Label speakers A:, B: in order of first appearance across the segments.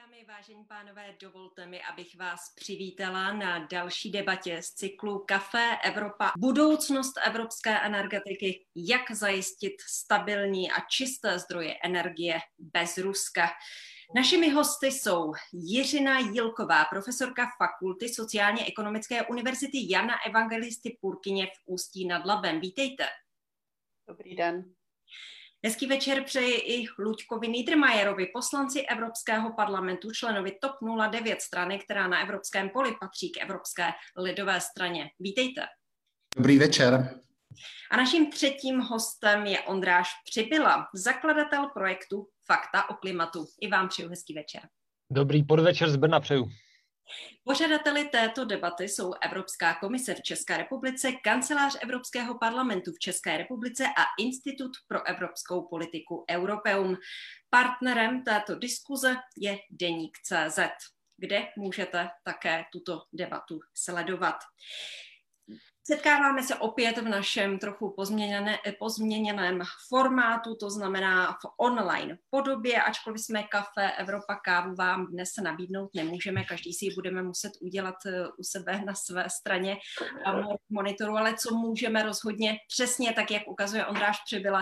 A: dámy, vážení pánové, dovolte mi, abych vás přivítala na další debatě z cyklu Café Evropa. Budoucnost evropské energetiky, jak zajistit stabilní a čisté zdroje energie bez Ruska. Našimi hosty jsou Jiřina Jílková, profesorka Fakulty sociálně-ekonomické univerzity Jana Evangelisty Purkyně v Ústí nad Labem. Vítejte.
B: Dobrý den.
A: Hezký večer přeji i Luďkovi Niedermayerovi, poslanci Evropského parlamentu, členovi TOP 09 strany, která na evropském poli patří k Evropské lidové straně. Vítejte.
C: Dobrý večer.
A: A naším třetím hostem je Ondráš Přibyla, zakladatel projektu Fakta o klimatu. I vám přeju hezký večer.
D: Dobrý podvečer z Brna přeju.
A: Pořadateli této debaty jsou Evropská komise v České republice, Kancelář Evropského parlamentu v České republice a Institut pro evropskou politiku Europeum. Partnerem této diskuze je Deník.cz, kde můžete také tuto debatu sledovat. Setkáváme se opět v našem trochu pozměněném formátu, to znamená v online podobě, ačkoliv jsme Café Evropa kávu vám dnes nabídnout nemůžeme, každý si ji budeme muset udělat u sebe na své straně monitoru, ale co můžeme rozhodně přesně, tak jak ukazuje Ondráš Přibyla.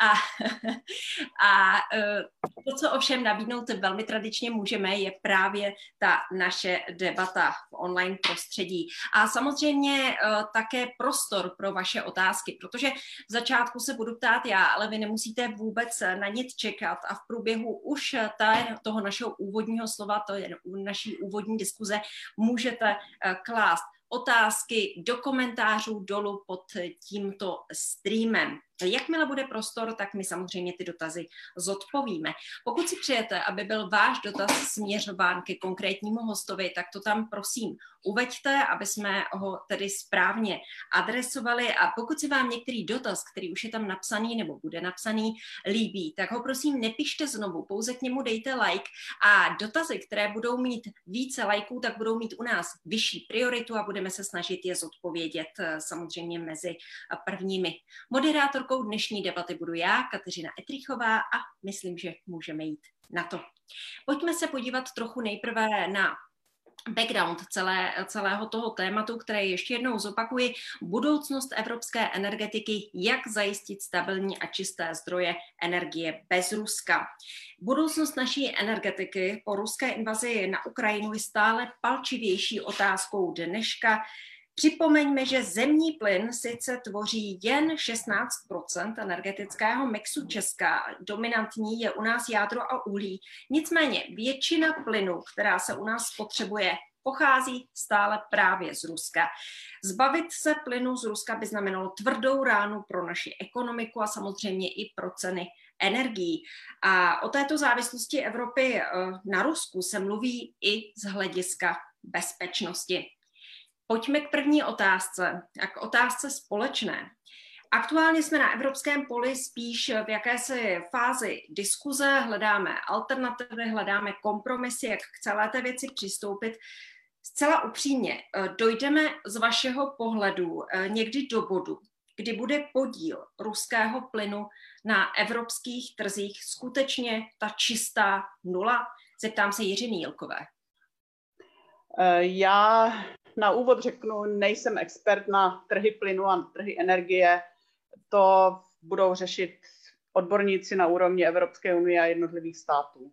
A: A to, co ovšem nabídnout velmi tradičně můžeme, je právě ta naše debata v online prostředí. A samozřejmě také prostor pro vaše otázky, protože v začátku se budu ptát já, ale vy nemusíte vůbec na nic čekat a v průběhu už toho našeho úvodního slova, to je naší úvodní diskuze, můžete klást otázky do komentářů dolů pod tímto streamem. Jakmile bude prostor, tak my samozřejmě ty dotazy zodpovíme. Pokud si přejete, aby byl váš dotaz směřován ke konkrétnímu hostovi, tak to tam prosím uveďte, aby jsme ho tedy správně adresovali, a pokud si vám některý dotaz, který už je tam napsaný nebo bude napsaný, líbí, tak ho prosím nepište znovu, pouze k němu dejte like, a dotazy, které budou mít více lajků, tak budou mít u nás vyšší prioritu a budeme se snažit je zodpovědět samozřejmě mezi prvními. Moderátorkou dnešní debaty budu já, Kateřina Etrichová, a myslím, že můžeme jít na to. Pojďme se podívat trochu nejprve na background celého toho tématu, které ještě jednou zopakuji. Budoucnost evropské energetiky, jak zajistit stabilní a čisté zdroje energie bez Ruska. Budoucnost naší energetiky po ruské invazi na Ukrajinu je stále palčivější otázkou dneška. Připomeňme, že zemní plyn sice tvoří jen 16% energetického mixu Česka, dominantní je u nás jádro a uhlí, nicméně většina plynu, která se u nás spotřebuje, pochází stále právě z Ruska. Zbavit se plynu z Ruska by znamenalo tvrdou ránu pro naši ekonomiku a samozřejmě i pro ceny energií. A o této závislosti Evropy na Rusku se mluví i z hlediska bezpečnosti. Pojďme k první otázce, a k otázce společné. Aktuálně jsme na evropském poli spíš v jakési fázi diskuze, hledáme alternativy, hledáme kompromisy, jak k celé té věci přistoupit. Zcela upřímně, dojdeme z vašeho pohledu někdy do bodu, kdy bude podíl ruského plynu na evropských trzích skutečně ta čistá nula? Zeptám se Jiřiny Jílkové.
B: Já na úvod řeknu, nejsem expert na trhy plynu a trhy energie. To budou řešit odborníci na úrovni Evropské unie a jednotlivých států.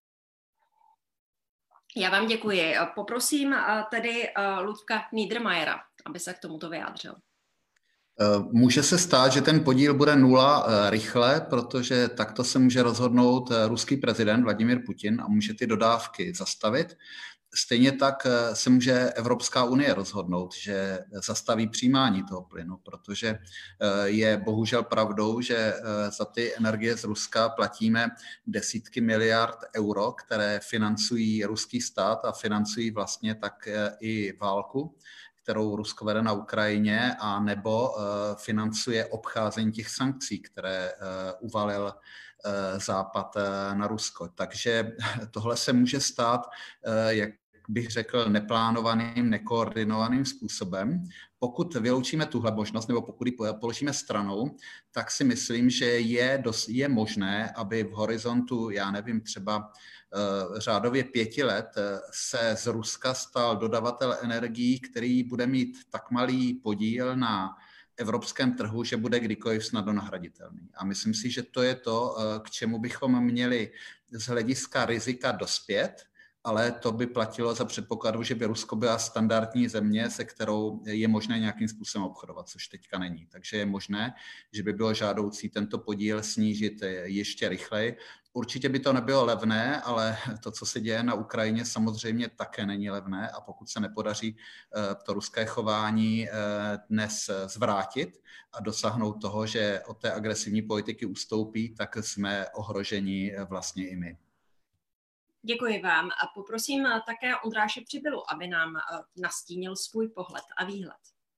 A: Já vám děkuji. Poprosím tedy Luďka Niedermayera, aby se k tomuto vyjádřil.
C: Může se stát, že ten podíl bude nula rychle, protože takto se může rozhodnout ruský prezident Vladimír Putin a může ty dodávky zastavit. Stejně tak se může Evropská unie rozhodnout, že zastaví přijímání toho plynu, protože je bohužel pravdou, že za ty energie z Ruska platíme desítky miliard euro, které financují ruský stát a financují vlastně tak i válku, kterou Rusko vede na Ukrajině, a nebo financuje obcházení těch sankcí, které uvalil Západ na Rusko. Takže tohle se může stát, jak bych řekl, neplánovaným, nekoordinovaným způsobem. Pokud vyloučíme tuhle možnost, nebo pokud ji položíme stranou, tak si myslím, že je možné, aby v horizontu, já nevím, třeba řádově 5 let se z Ruska stal dodavatel energií, který bude mít tak malý podíl na evropském trhu, že bude kdykoliv snadno nahraditelný. A myslím si, že to je to, k čemu bychom měli z hlediska rizika dospět, ale to by platilo za předpokladu, že by Rusko byla standardní země, se kterou je možné nějakým způsobem obchodovat, což teďka není. Takže je možné, že by bylo žádoucí tento podíl snížit ještě rychleji. Určitě by to nebylo levné, ale to, co se děje na Ukrajině, samozřejmě také není levné a pokud se nepodaří to ruské chování dnes zvrátit a dosáhnout toho, že od té agresivní politiky ustoupí, tak jsme ohroženi vlastně i my.
A: Děkuji vám a poprosím také Ondráše Přibylu, aby nám nastínil svůj pohled a výhled.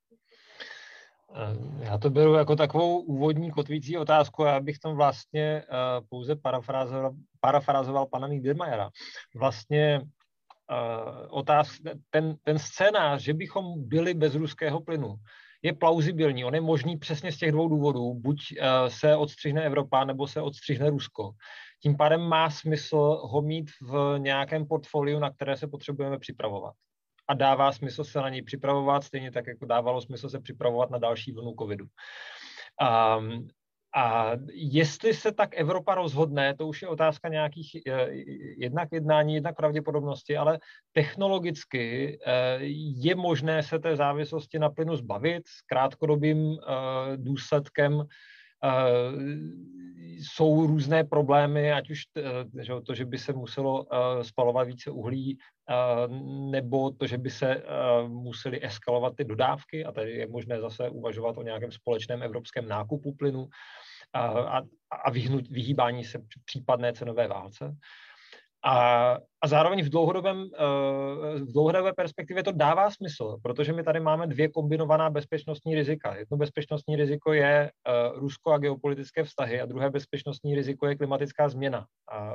D: Já to beru jako takovou úvodní kotvící otázku a já bych tam vlastně pouze parafrázoval pana Niedermayera. Vlastně ten scénář, že bychom byli bez ruského plynu, je plauzibilní. On je možný přesně z těch dvou důvodů. Buď se odstřihne Evropa, nebo se odstřihne Rusko. Tím pádem má smysl ho mít v nějakém portfoliu, na které se potřebujeme připravovat. A dává smysl se na něj připravovat, stejně tak, jako dávalo smysl se připravovat na další vlnu covidu. A jestli se tak Evropa rozhodne, to už je otázka nějakých jednak jednání, jednak pravděpodobnosti, ale technologicky je možné se té závislosti na plynu zbavit. S krátkodobým důsledkem jsou různé problémy, ať už to, že by se muselo spalovat více uhlí, nebo to, že by se musely eskalovat ty dodávky, a tady je možné zase uvažovat o nějakém společném evropském nákupu plynu a vyhýbání se případné cenové válce. A zároveň v dlouhodobé perspektivě to dává smysl, protože my tady máme dvě kombinovaná bezpečnostní rizika. Jedno bezpečnostní riziko je Rusko a geopolitické vztahy a druhé bezpečnostní riziko je klimatická změna.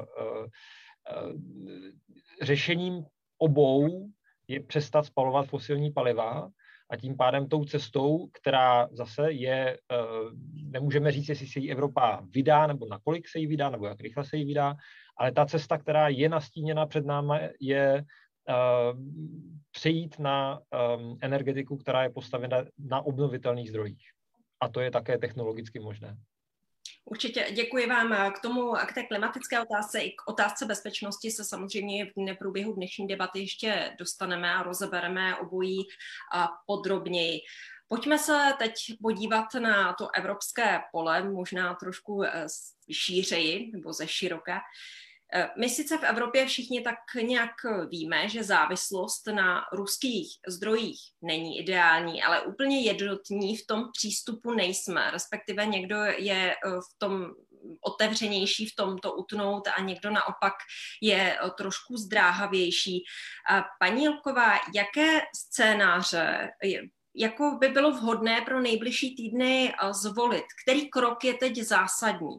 D: Řešením obou je přestat spalovat fosilní paliva a tím pádem tou cestou, která zase je, nemůžeme říct, jestli se jí Evropa vydá, nebo nakolik se jí vydá, nebo jak rychle se jí vydá, ale ta cesta, která je nastíněna před námi, je přejít na energetiku, která je postavena na obnovitelných zdrojích. A to je také technologicky možné.
A: Určitě děkuji vám k té klimatické otázce i k otázce bezpečnosti se samozřejmě v průběhu dnešní debaty ještě dostaneme a rozebereme obojí podrobněji. Pojďme se teď podívat na to evropské pole, možná trošku šířeji nebo ze široka. My sice v Evropě všichni tak nějak víme, že závislost na ruských zdrojích není ideální, ale úplně jednotní v tom přístupu nejsme, respektive někdo je v tom otevřenější v tomto utnout a někdo naopak je trošku zdráhavější. Paní Jelková, jaké scénáře jako by bylo vhodné pro nejbližší týdny zvolit? Který krok je teď zásadní?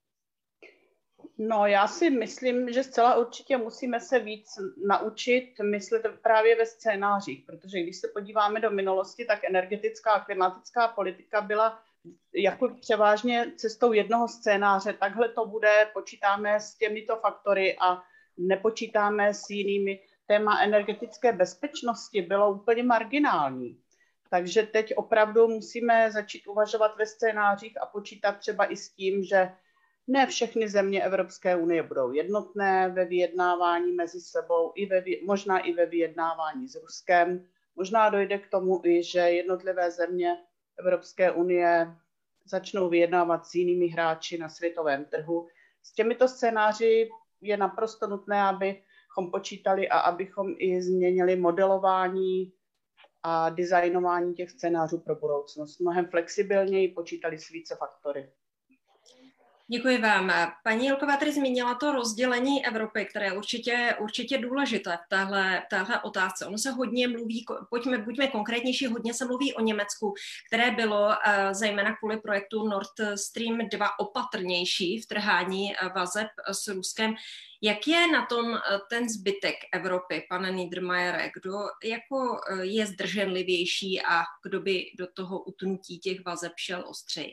B: No, já si myslím, že zcela určitě musíme se víc naučit myslet právě ve scénářích, protože když se podíváme do minulosti, tak energetická a klimatická politika byla jako převážně cestou jednoho scénáře. Takhle to bude, počítáme s těmito faktory a nepočítáme s jinými. Téma energetické bezpečnosti bylo úplně marginální. Takže teď opravdu musíme začít uvažovat ve scénářích a počítat třeba i s tím, že ne všechny země Evropské unie budou jednotné ve vyjednávání mezi sebou, možná i ve vyjednávání s Ruskem. Možná dojde k tomu i, že jednotlivé země Evropské unie začnou vyjednávat s jinými hráči na světovém trhu. S těmito scénáři je naprosto nutné, abychom počítali a abychom i změnili modelování a designování těch scénářů pro budoucnost. Mnohem flexibilněji počítali s více faktory.
A: Děkuji vám. Paní Jilková tady zmínila to rozdělení Evropy, které je určitě důležité v téhle otázce. Ono se hodně mluví, buďme konkrétnější, hodně se mluví o Německu, které bylo zejména kvůli projektu Nord Stream 2 opatrnější v trhání vazeb s Ruskem. Jak je na tom ten zbytek Evropy, pane Niedermayere? Kdo jako je zdrženlivější a kdo by do toho utnutí těch vazeb šel ostřeji?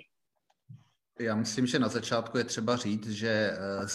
C: Já myslím, že na začátku je třeba říct, že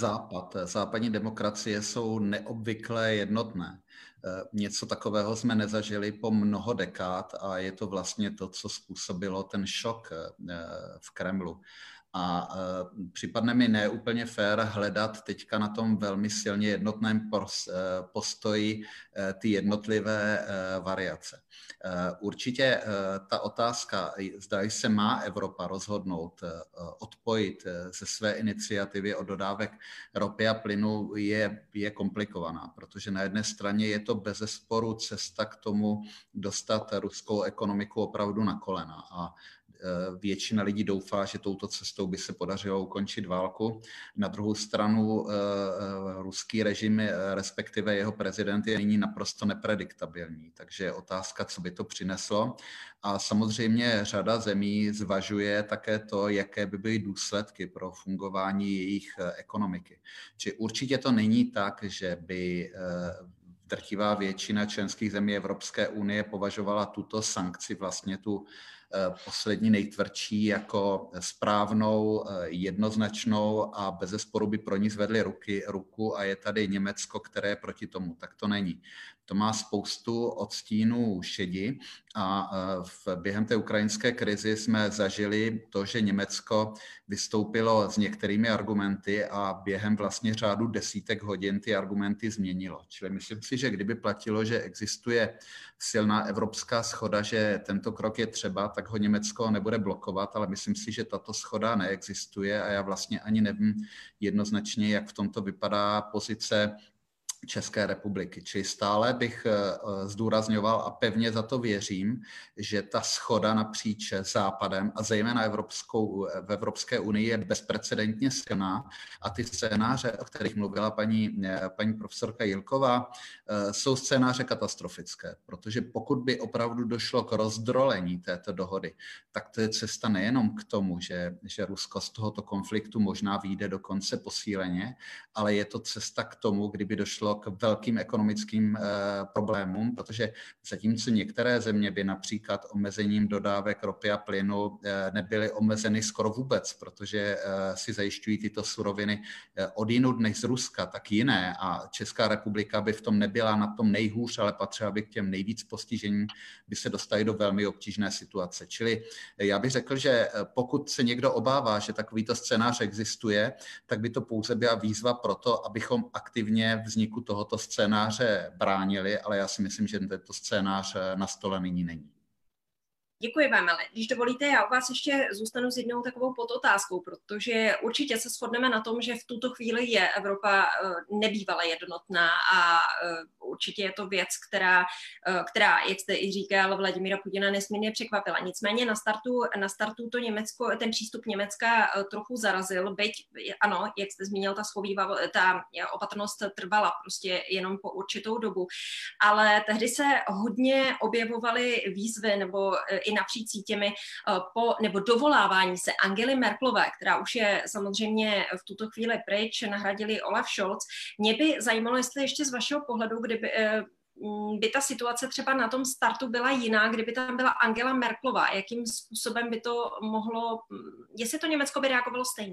C: západní demokracie jsou neobvykle jednotné. Něco takového jsme nezažili po mnoho dekád a je to vlastně to, co způsobilo ten šok v Kremlu. A připadne mi neúplně fér hledat teďka na tom velmi silně jednotném postoji ty jednotlivé variace. Určitě ta otázka, zda se má Evropa rozhodnout odpojit ze své iniciativy od dodávek ropy a plynu, je komplikovaná, protože na jedné straně je to bezesporu cesta k tomu dostat ruskou ekonomiku opravdu na kolena a většina lidí doufá, že touto cestou by se podařilo ukončit válku. Na druhou stranu ruský režim, respektive jeho prezident, je nyní naprosto neprediktabilní. Takže je otázka, co by to přineslo. A samozřejmě řada zemí zvažuje také to, jaké by byly důsledky pro fungování jejich ekonomiky. Či určitě to není tak, že by drtivá většina členských zemí Evropské unie považovala tuto sankci, vlastně tu poslední nejtvrdší, jako správnou, jednoznačnou a bezesporu by pro ní zvedli ruku a je tady Německo, které je proti tomu. Tak to není. To má spoustu odstínů šedi a během té ukrajinské krizi jsme zažili to, že Německo vystoupilo s některými argumenty a během vlastně řádu desítek hodin ty argumenty změnilo. Čili myslím si, že kdyby platilo, že existuje silná evropská shoda, že tento krok je třeba, tak ho Německo nebude blokovat, ale myslím si, že tato shoda neexistuje a já vlastně ani nevím jednoznačně, jak v tomto vypadá pozice České republiky. Čili stále bych zdůrazňoval a pevně za to věřím, že ta shoda napříč Západem a zejména v Evropské unii je bezprecedentně silná a ty scénáře, o kterých mluvila paní profesorka Jilková, jsou scénáře katastrofické, protože pokud by opravdu došlo k rozdrolení této dohody, tak to je cesta nejenom k tomu, že Rusko z tohoto konfliktu možná vyjde dokonce posíleně, ale je to cesta k tomu, kdyby došlo k velkým ekonomickým problémům, protože zatímco některé země by například omezením dodávek ropy a plynu nebyly omezeny skoro vůbec, protože si zajišťují tyto suroviny odjinud než z Ruska, tak jiné a Česká republika by v tom nebyla na tom nejhůř, ale patřila by k těm nejvíc postižením, by se dostali do velmi obtížné situace. Čili já bych řekl, že pokud se někdo obává, že takovýto scénář existuje, tak by to pouze byla výzva pro to, abychom aktivně vzniku tohoto scénáře bránili, ale já si myslím, že tento scénář na stole nyní není.
A: Děkuji vám, ale když dovolíte, já u vás ještě zůstanu s jednou takovou podotázkou, protože určitě se shodneme na tom, že v tuto chvíli je Evropa nebývala jednotná a určitě je to věc, která, jak jste i říkal, Vladimíra Putina nesmírně překvapila. Nicméně na startu to Německo, ten přístup Německa trochu zarazil, byť ano, jak jste zmínil, ta opatrnost trvala prostě jenom po určitou dobu, ale tehdy se hodně objevovaly výzvy nebo i napříč sítěmi nebo dovolávání se Angely Merkelové, která už je samozřejmě v tuto chvíli pryč, nahradili Olaf Scholz. Mě by zajímalo, jestli ještě z vašeho pohledu, kdyby by ta situace třeba na tom startu byla jiná, kdyby tam byla Angela Merkelová, jakým způsobem by to mohlo, jestli to Německo by reagovalo stejně?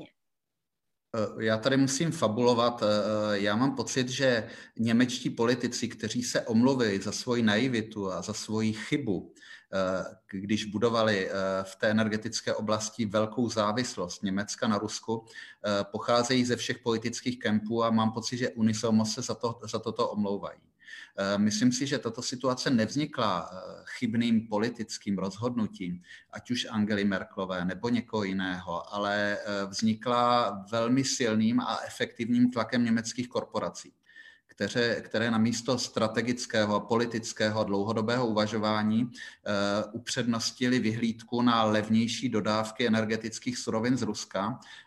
C: Já tady musím fabulovat. Já mám pocit, že němečtí politici, kteří se omluvili za svoji naivitu a za svoji chybu, když budovali v té energetické oblasti velkou závislost Německa na Rusku, pocházejí ze všech politických kempů a mám pocit, že unisono se za toto omlouvají. Myslím si, že tato situace nevznikla chybným politickým rozhodnutím, ať už Angely Merkelové nebo někoho jiného, ale vznikla velmi silným a efektivním tlakem německých korporací, které na místo strategického, politického, dlouhodobého uvažování upřednostili vyhlídku na levnější dodávky energetických surovin z Ruska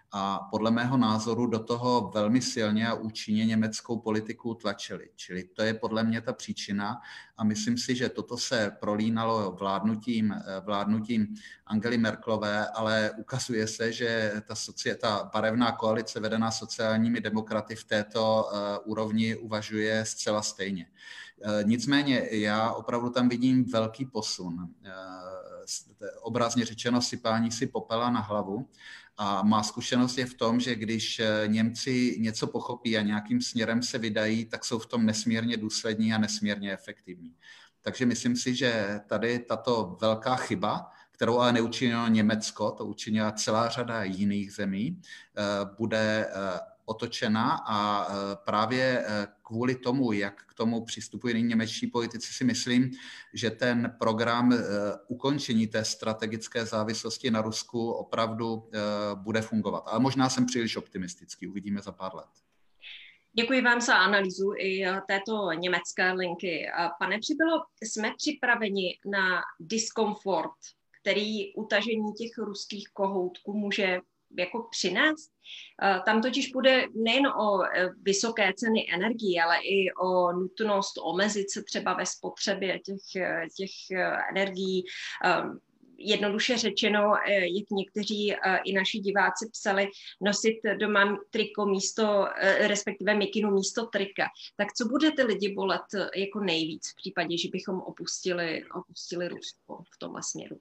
C: a podle mého názoru do toho velmi silně a účinně německou politiku tlačili. Čili to je podle mě ta příčina a myslím si, že toto se prolínalo vládnutím Angely Merkelové, ale ukazuje se, že ta barevná koalice vedená sociálními demokraty v této úrovni uvažuje zcela stejně. Nicméně já opravdu tam vidím velký posun. Obrazně řečeno sypání si popela na hlavu. A má zkušenost je v tom, že když Němci něco pochopí a nějakým směrem se vydají, tak jsou v tom nesmírně důslední a nesmírně efektivní. Takže myslím si, že tady tato velká chyba, kterou ale neučinilo Německo, to učinila celá řada jiných zemí, bude otočena a právě kvůli tomu, jak k tomu přistupují němečtí politici, si myslím, že ten program ukončení té strategické závislosti na Rusku opravdu bude fungovat. Ale možná jsem příliš optimistický, uvidíme za pár let.
A: Děkuji vám za analýzu i této německé linky. Pane Přibylo, jsme připraveni na diskomfort, který utažení těch ruských kohoutků může jako přinést? Tam totiž bude nejen o vysoké ceny energií, ale i o nutnost omezit se třeba ve spotřebě těch energií. Jednoduše řečeno, jak někteří i naši diváci psali, nosit doma triko místo, respektive mikinu místo trika. Tak co bude ty lidi bolet jako nejvíc v případě, že bychom opustili Rusko v tomhle směru?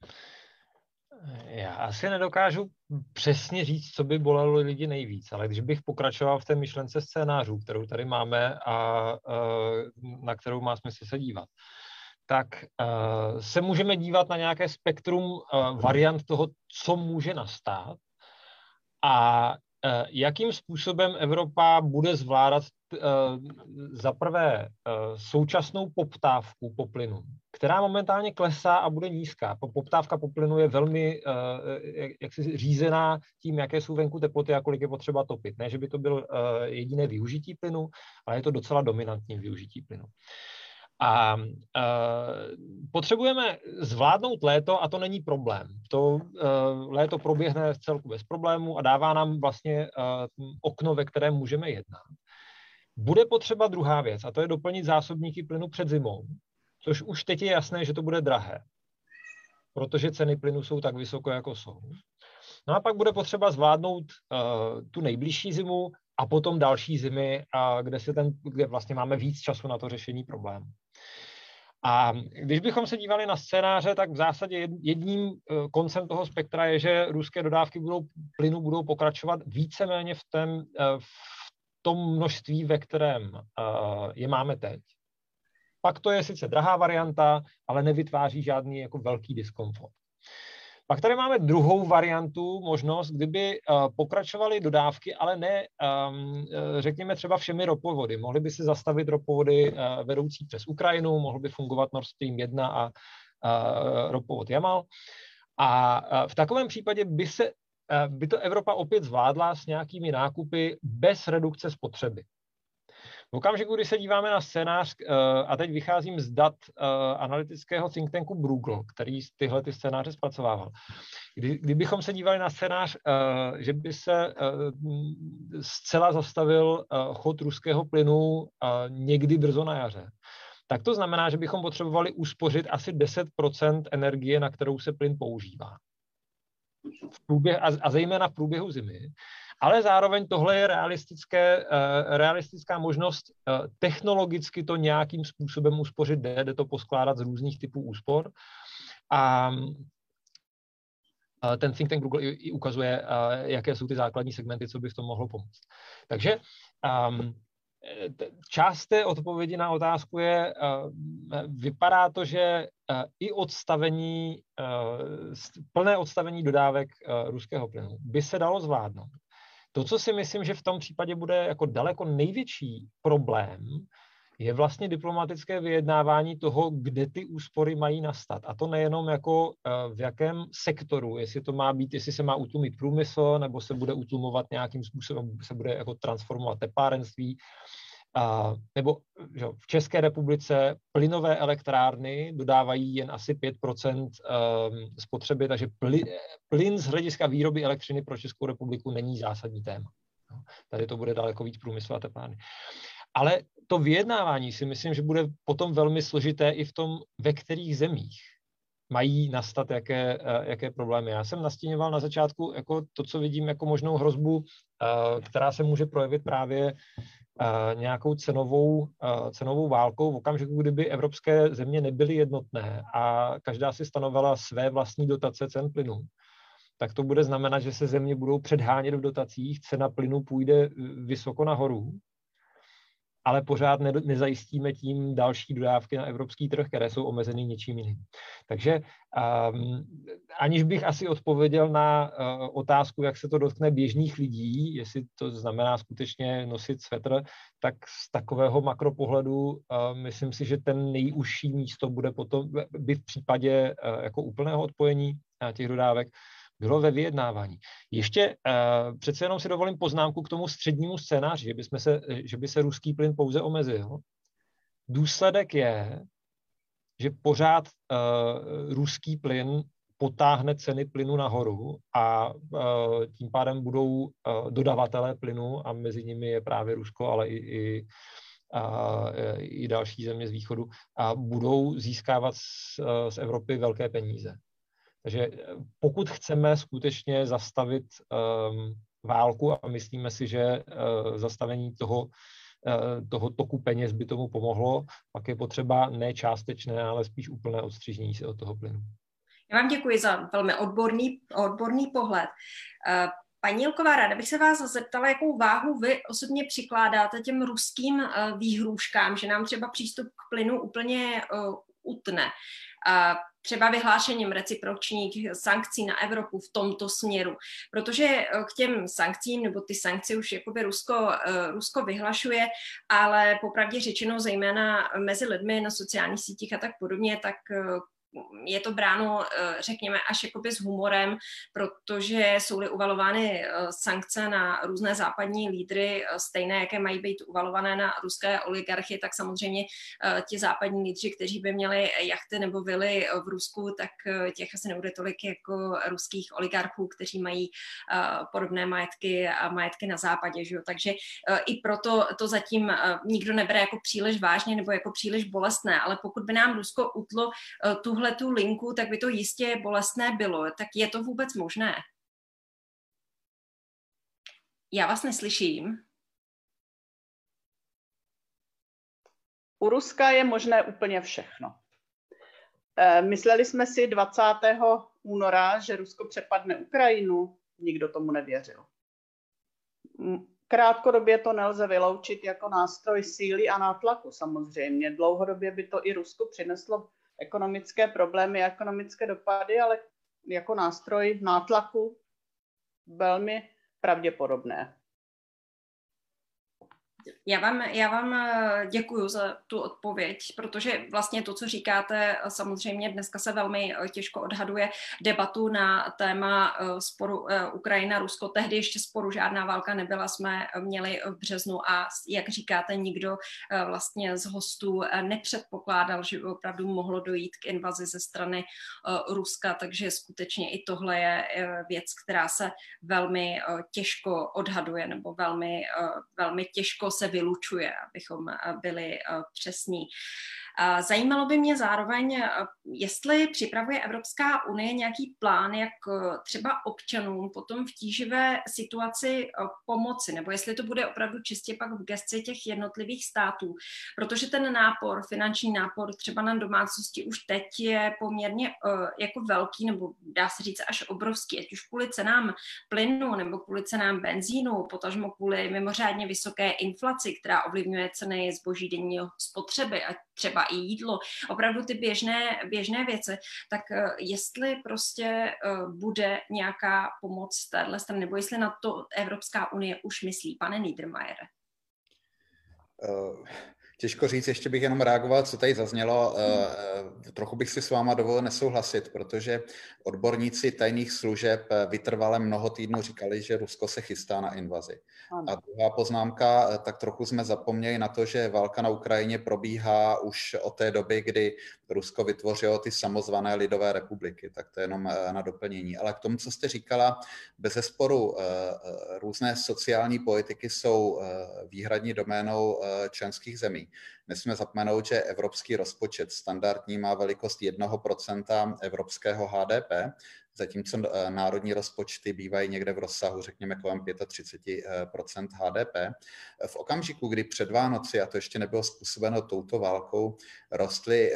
D: Já asi nedokážu přesně říct, co by bolelo lidi nejvíc, ale když bych pokračoval v té myšlence scénářů, kterou tady máme a na kterou má smysl se dívat, tak se můžeme dívat na nějaké spektrum variant toho, co může nastat a jakým způsobem Evropa bude zvládat za prvé současnou poptávku po plynu, která momentálně klesá a bude nízká. Poptávka po plynu je velmi jaksi řízená tím, jaké jsou venku teploty a kolik je potřeba topit. Ne, že by to byl jediné využití plynu, ale je to docela dominantní využití plynu. A potřebujeme zvládnout léto a to není problém. To léto proběhne vcelku bez problému a dává nám vlastně okno, ve kterém můžeme jednat. Bude potřeba druhá věc a to je doplnit zásobníky plynu před zimou, což už teď je jasné, že to bude drahé, protože ceny plynu jsou tak vysoko, jako jsou. No a pak bude potřeba zvládnout tu nejbližší zimu a potom další zimy, kde vlastně máme víc času na to řešení problému. A když bychom se dívali na scénáře, tak v zásadě jedním koncem toho spektra je, že ruské dodávky plynu budou pokračovat víceméně v tom množství, ve kterém je máme teď. Pak to je sice drahá varianta, ale nevytváří žádný jako velký diskomfort. Pak tady máme druhou variantu, možnost, kdyby pokračovaly dodávky, ale ne, řekněme třeba všemi ropovody. Mohly by se zastavit ropovody vedoucí přes Ukrajinu, mohl by fungovat Nord Stream 1 a ropovod Jamal. A v takovém případě by to Evropa opět zvládla s nějakými nákupy bez redukce spotřeby. V okamžiku, kdy se díváme na scénář, a teď vycházím z dat analytického think tanku Bruegel, který tyhle scénáře zpracovával. Kdybychom se dívali na scénář, že by se zcela zastavil chod ruského plynu někdy brzo na jaře, tak to znamená, že bychom potřebovali uspořit asi 10% energie, na kterou se plyn používá. A zejména v průběhu zimy. Ale zároveň tohle je realistická možnost technologicky to nějakým způsobem uspořit, jde to poskládat z různých typů úspor. A ten think tank Google i ukazuje, jaké jsou ty základní segmenty, co by v tom mohlo pomoct. Takže část té odpovědi na otázku je, vypadá to, že i plné odstavení dodávek ruského plynu by se dalo zvládnout. To, co si myslím, že v tom případě bude jako daleko největší problém, je vlastně diplomatické vyjednávání toho, kde ty úspory mají nastat. A to nejenom jako v jakém sektoru, jestli se má utlumit průmysl, nebo se bude utlumovat nějakým způsobem, se bude jako transformovat teplárenství. nebo že v České republice plynové elektrárny dodávají jen asi 5% spotřeby, takže plyn z hlediska výroby elektřiny pro Českou republiku není zásadní téma. Tady to bude daleko víc průmysl a teplárny. Ale to vyjednávání si myslím, že bude potom velmi složité i v tom, ve kterých zemích mají nastat jaké problémy. Já jsem nastíňoval na začátku jako to, co vidím jako možnou hrozbu, která se může projevit právě nějakou cenovou válkou v okamžiku, kdyby evropské země nebyly jednotné a každá si stanovala své vlastní dotace cen plynu. Tak to bude znamenat, že se země budou předhánět v dotacích, cena plynu půjde vysoko nahoru, ale pořád nezajistíme tím další dodávky na evropský trh, které jsou omezeny něčím jiným. Takže aniž bych asi odpověděl na otázku, jak se to dotkne běžných lidí, jestli to znamená skutečně nosit svetr, tak z takového makropohledu myslím si, že ten nejužší místo by v případě jako úplného odpojení těch dodávek bylo ve vyjednávání. Ještě přece jenom si dovolím poznámku k tomu střednímu scénáři, že by se ruský plyn pouze omezil. Důsledek je, že pořád ruský plyn potáhne ceny plynu nahoru a tím pádem budou dodavatelé plynu, a mezi nimi je právě Rusko, ale i další země z východu, a budou získávat z Evropy velké peníze. Takže pokud chceme skutečně zastavit válku a myslíme si, že zastavení toho toku peněz by tomu pomohlo, pak je potřeba ne částečné, ale spíš úplné odstřižení se od toho plynu.
A: Já vám děkuji za velmi odborný pohled. Paní Jilková, ráda bych se vás zeptala, jakou váhu vy osobně přikládáte těm ruským výhrůžkám, že nám třeba přístup k plynu úplně utne. Třeba vyhlášením recipročních sankcí na Evropu v tomto směru. Protože k těm sankcím, nebo ty sankce už jakoby Rusko vyhlašuje, ale popravdě řečeno zejména mezi lidmi na sociálních sítích a tak podobně, tak je to bráno, řekněme, až jakoby s humorem, protože jsou-li uvalovány sankce na různé západní lídry, stejné, jaké mají být uvalované na ruské oligarchy, tak samozřejmě ti západní lídři, kteří by měli jachty nebo vily v Rusku, tak těch asi nebude tolik jako ruských oligarchů, kteří mají podobné majetky a majetky na západě. Že jo? Takže i proto to zatím nikdo nebere jako příliš vážně nebo jako příliš bolestné, ale pokud by nám Rusko utlo tu linku, tak by to jistě bolestné bylo. Tak je to vůbec možné? Já vás neslyším.
B: U Ruska je možné úplně všechno. Mysleli jsme si 20. února, že Rusko přepadne Ukrajinu. Nikdo tomu nevěřil. Krátkodobě to nelze vyloučit jako nástroj síly a nátlaku samozřejmě. Dlouhodobě by to i Rusku přineslo ekonomické problémy, ekonomické dopady, ale jako nástroj nátlaku velmi pravděpodobné.
A: Já vám děkuju za tu odpověď, protože vlastně to, co říkáte, samozřejmě dneska se velmi těžko odhaduje debatu na téma sporu Ukrajina-Rusko. Tehdy ještě sporu žádná válka nebyla, jsme měli v březnu a jak říkáte, nikdo vlastně z hostů nepředpokládal, že by opravdu mohlo dojít k invazi ze strany Ruska, takže skutečně i tohle je věc, která se velmi těžko odhaduje nebo velmi těžko se vylučuje, abychom byli přesní. Zajímalo by mě zároveň, jestli připravuje Evropská unie nějaký plán, jak třeba občanům potom v tíživé situaci pomoci, nebo jestli to bude opravdu čistě pak v gesci těch jednotlivých států, protože ten finanční nápor třeba na domácnosti už teď je poměrně jako velký, nebo dá se říct až obrovský, ať už kvůli cenám plynu, nebo kvůli cenám benzínu, potažmo kvůli mimořádně vysoké inflaci, která ovlivňuje ceny zboží denní spotřeby a třeba i jídlo, opravdu ty běžné věci, tak jestli prostě bude nějaká pomoc z téhle strany, nebo jestli na to Evropská unie už myslí. Pane Niedermayere.
C: Těžko říct, ještě bych jenom reagoval, co tady zaznělo. Trochu bych si s váma dovolil nesouhlasit, protože odborníci tajných služeb vytrvale mnoho týdnů říkali, že Rusko se chystá na invazi. A druhá poznámka, tak trochu jsme zapomněli na to, že válka na Ukrajině probíhá už od té doby, kdy Rusko vytvořilo ty samozvané lidové republiky. Tak to je jenom na doplnění. Ale k tomu, co jste říkala, bezesporu různé sociální politiky jsou výhradní doménou členských zemí. Nesmíme zapomenout, že evropský rozpočet standardní má velikost 1% evropského HDP, zatímco národní rozpočty bývají někde v rozsahu, řekněme, kolem 35% HDP. V okamžiku, kdy před Vánoci, a to ještě nebylo způsobeno touto válkou, rostly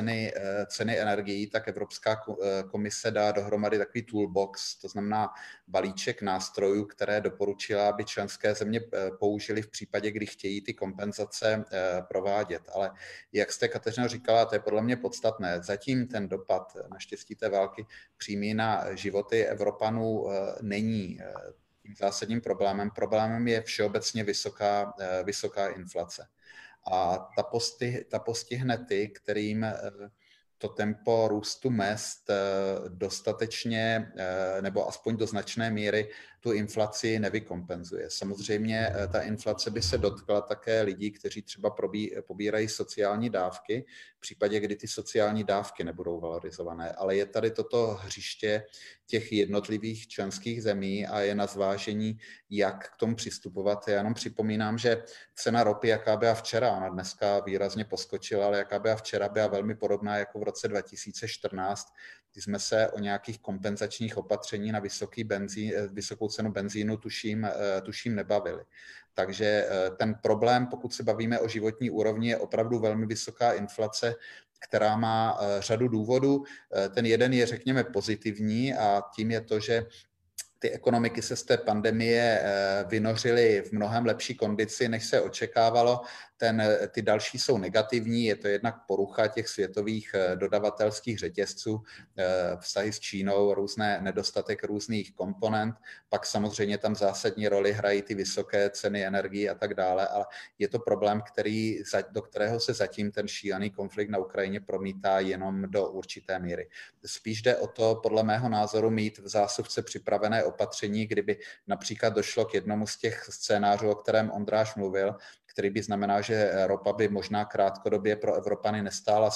C: ceny energií, tak Evropská komise dá dohromady takový toolbox, to znamená balíček nástrojů, které doporučila, aby členské země použili v případě, kdy chtějí ty kompenzace provádět. Ale jak jste, Kateřino, říkala, to je podle mě podstatné. Zatím ten dopad naštěstí té války přímý na životy Evropanů není tím zásadním problémem. Problémem je všeobecně vysoká inflace. A ta postihne ty, kterým to tempo růstu mezd dostatečně, nebo aspoň do značné míry tu inflaci nevykompenzuje. Samozřejmě ta inflace by se dotkla také lidí, kteří třeba pobírají sociální dávky, v případě, kdy ty sociální dávky nebudou valorizované. Ale je tady toto hřiště těch jednotlivých členských zemí a je na zvážení, jak k tomu přistupovat. Já jenom připomínám, že cena ropy, jaká byla včera, ona dneska výrazně poskočila, ale jaká byla včera, byla velmi podobná jako v roce 2014, kdy jsme se o nějakých kompenzačních opatření na vysokou cenu benzínu tuším nebavili. Takže ten problém, pokud se bavíme o životní úrovni, je opravdu velmi vysoká inflace, která má řadu důvodů. Ten jeden je, řekněme, pozitivní a tím je to, že ty ekonomiky se z té pandemie vynořily v mnohem lepší kondici, než se očekávalo. Ty další jsou negativní, je to jednak porucha těch světových dodavatelských řetězců, vztahy s Čínou, nedostatek různých komponent, pak samozřejmě tam zásadní roli hrají ty vysoké ceny energií a tak dále, ale je to problém, do kterého se zatím ten šílený konflikt na Ukrajině promítá jenom do určité míry. Spíš jde o to, podle mého názoru, mít v zásuvce připravené opatření, kdyby například došlo k jednomu z těch scénářů, o kterém Ondráš mluvil, který by znamenal, že ropa by možná krátkodobě pro Evropany nestála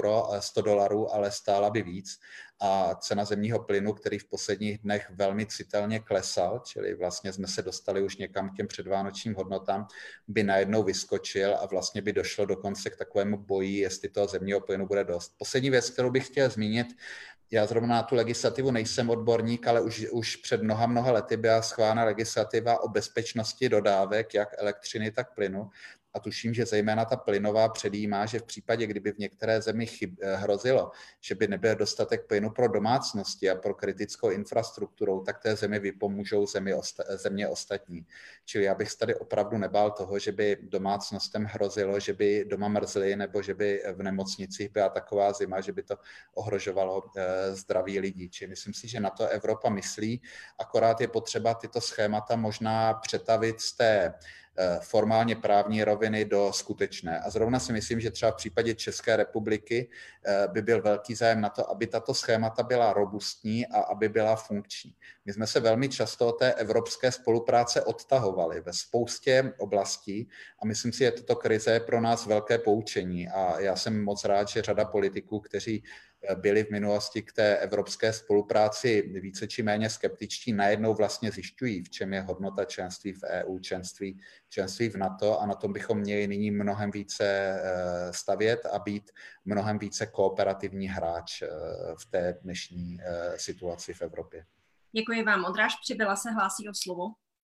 C: $100, ale stála by víc. A cena zemního plynu, který v posledních dnech velmi citelně klesal, čili vlastně jsme se dostali už někam k těm předvánočním hodnotám, by najednou vyskočil a vlastně by došlo dokonce k takovému boji, jestli toho zemního plynu bude dost. Poslední věc, kterou bych chtěl zmínit, já zrovna na tu legislativu nejsem odborník, ale už před mnoha lety byla schválena legislativa o bezpečnosti dodávek, jak elektřiny, tak plynu. A tuším, že zejména ta plynová předjímá, že v případě, kdyby v některé zemi hrozilo, že by nebyl dostatek plynu pro domácnosti a pro kritickou infrastrukturu, tak té zemi vypomůžou země ostatní. Čili já bych se tady opravdu nebál toho, že by domácnostem hrozilo, že by doma mrzli nebo že by v nemocnicích byla taková zima, že by to ohrožovalo zdraví lidí. Čili myslím si, že na to Evropa myslí, akorát je potřeba tyto schémata možná přetavit z té formálně právní roviny do skutečné. A zrovna si myslím, že třeba v případě České republiky by byl velký zájem na to, aby tato schémata byla robustní a aby byla funkční. My jsme se velmi často od té evropské spolupráce odtahovali ve spoustě oblastí a myslím si, že tato krize je pro nás velké poučení a já jsem moc rád, že řada politiků, kteří byli v minulosti k té evropské spolupráci více či méně skeptičtí, najednou vlastně zjišťují, v čem je hodnota členství v EU, členství v NATO a na tom bychom měli nyní mnohem více stavět a být mnohem více kooperativní hráč v té dnešní situaci v Evropě.
A: Děkuji vám. Ondráš Přibyla se hlásí o slovo.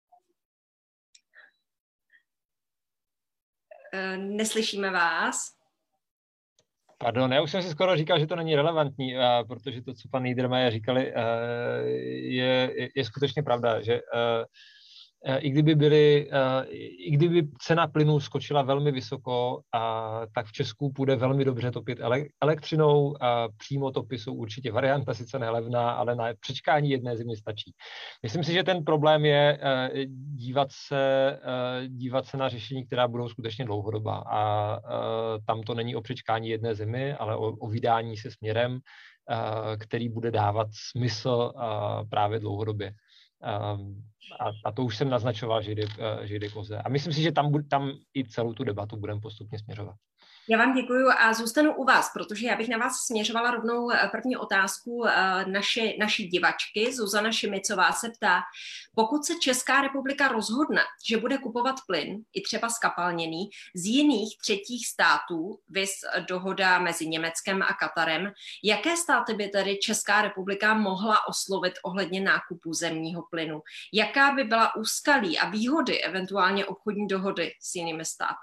A: Neslyšíme vás.
D: Pardon, já už jsem si skoro říkal, že to není relevantní, protože to, co pan Niedermayer říkali, je skutečně pravda, že i kdyby cena plynu skočila velmi vysoko, tak v Česku půjde velmi dobře topit elektřinou. Přímo topy jsou určitě varianta, sice nelevná, ale na přečkání jedné zimy stačí. Myslím si, že ten problém je dívat se na řešení, která budou skutečně dlouhodobá. A tam to není o přečkání jedné zimy, ale o vydání se směrem, který bude dávat smysl právě dlouhodobě. A to už jsem naznačoval, že jde koze. A myslím si, že tam i celou tu debatu budeme postupně směřovat.
A: Já vám děkuju a zůstanu u vás, protože já bych na vás směřovala rovnou první otázku naší divačky. Zuzana Šimicová se ptá, pokud se Česká republika rozhodne, že bude kupovat plyn, i třeba skapalněný, z jiných třetích států, viz dohoda mezi Německem a Katarem, jaké státy by tedy Česká republika mohla oslovit ohledně nákupu zemního plynu? Jaká by byla úskalí a výhody eventuálně obchodní dohody s jinými státy?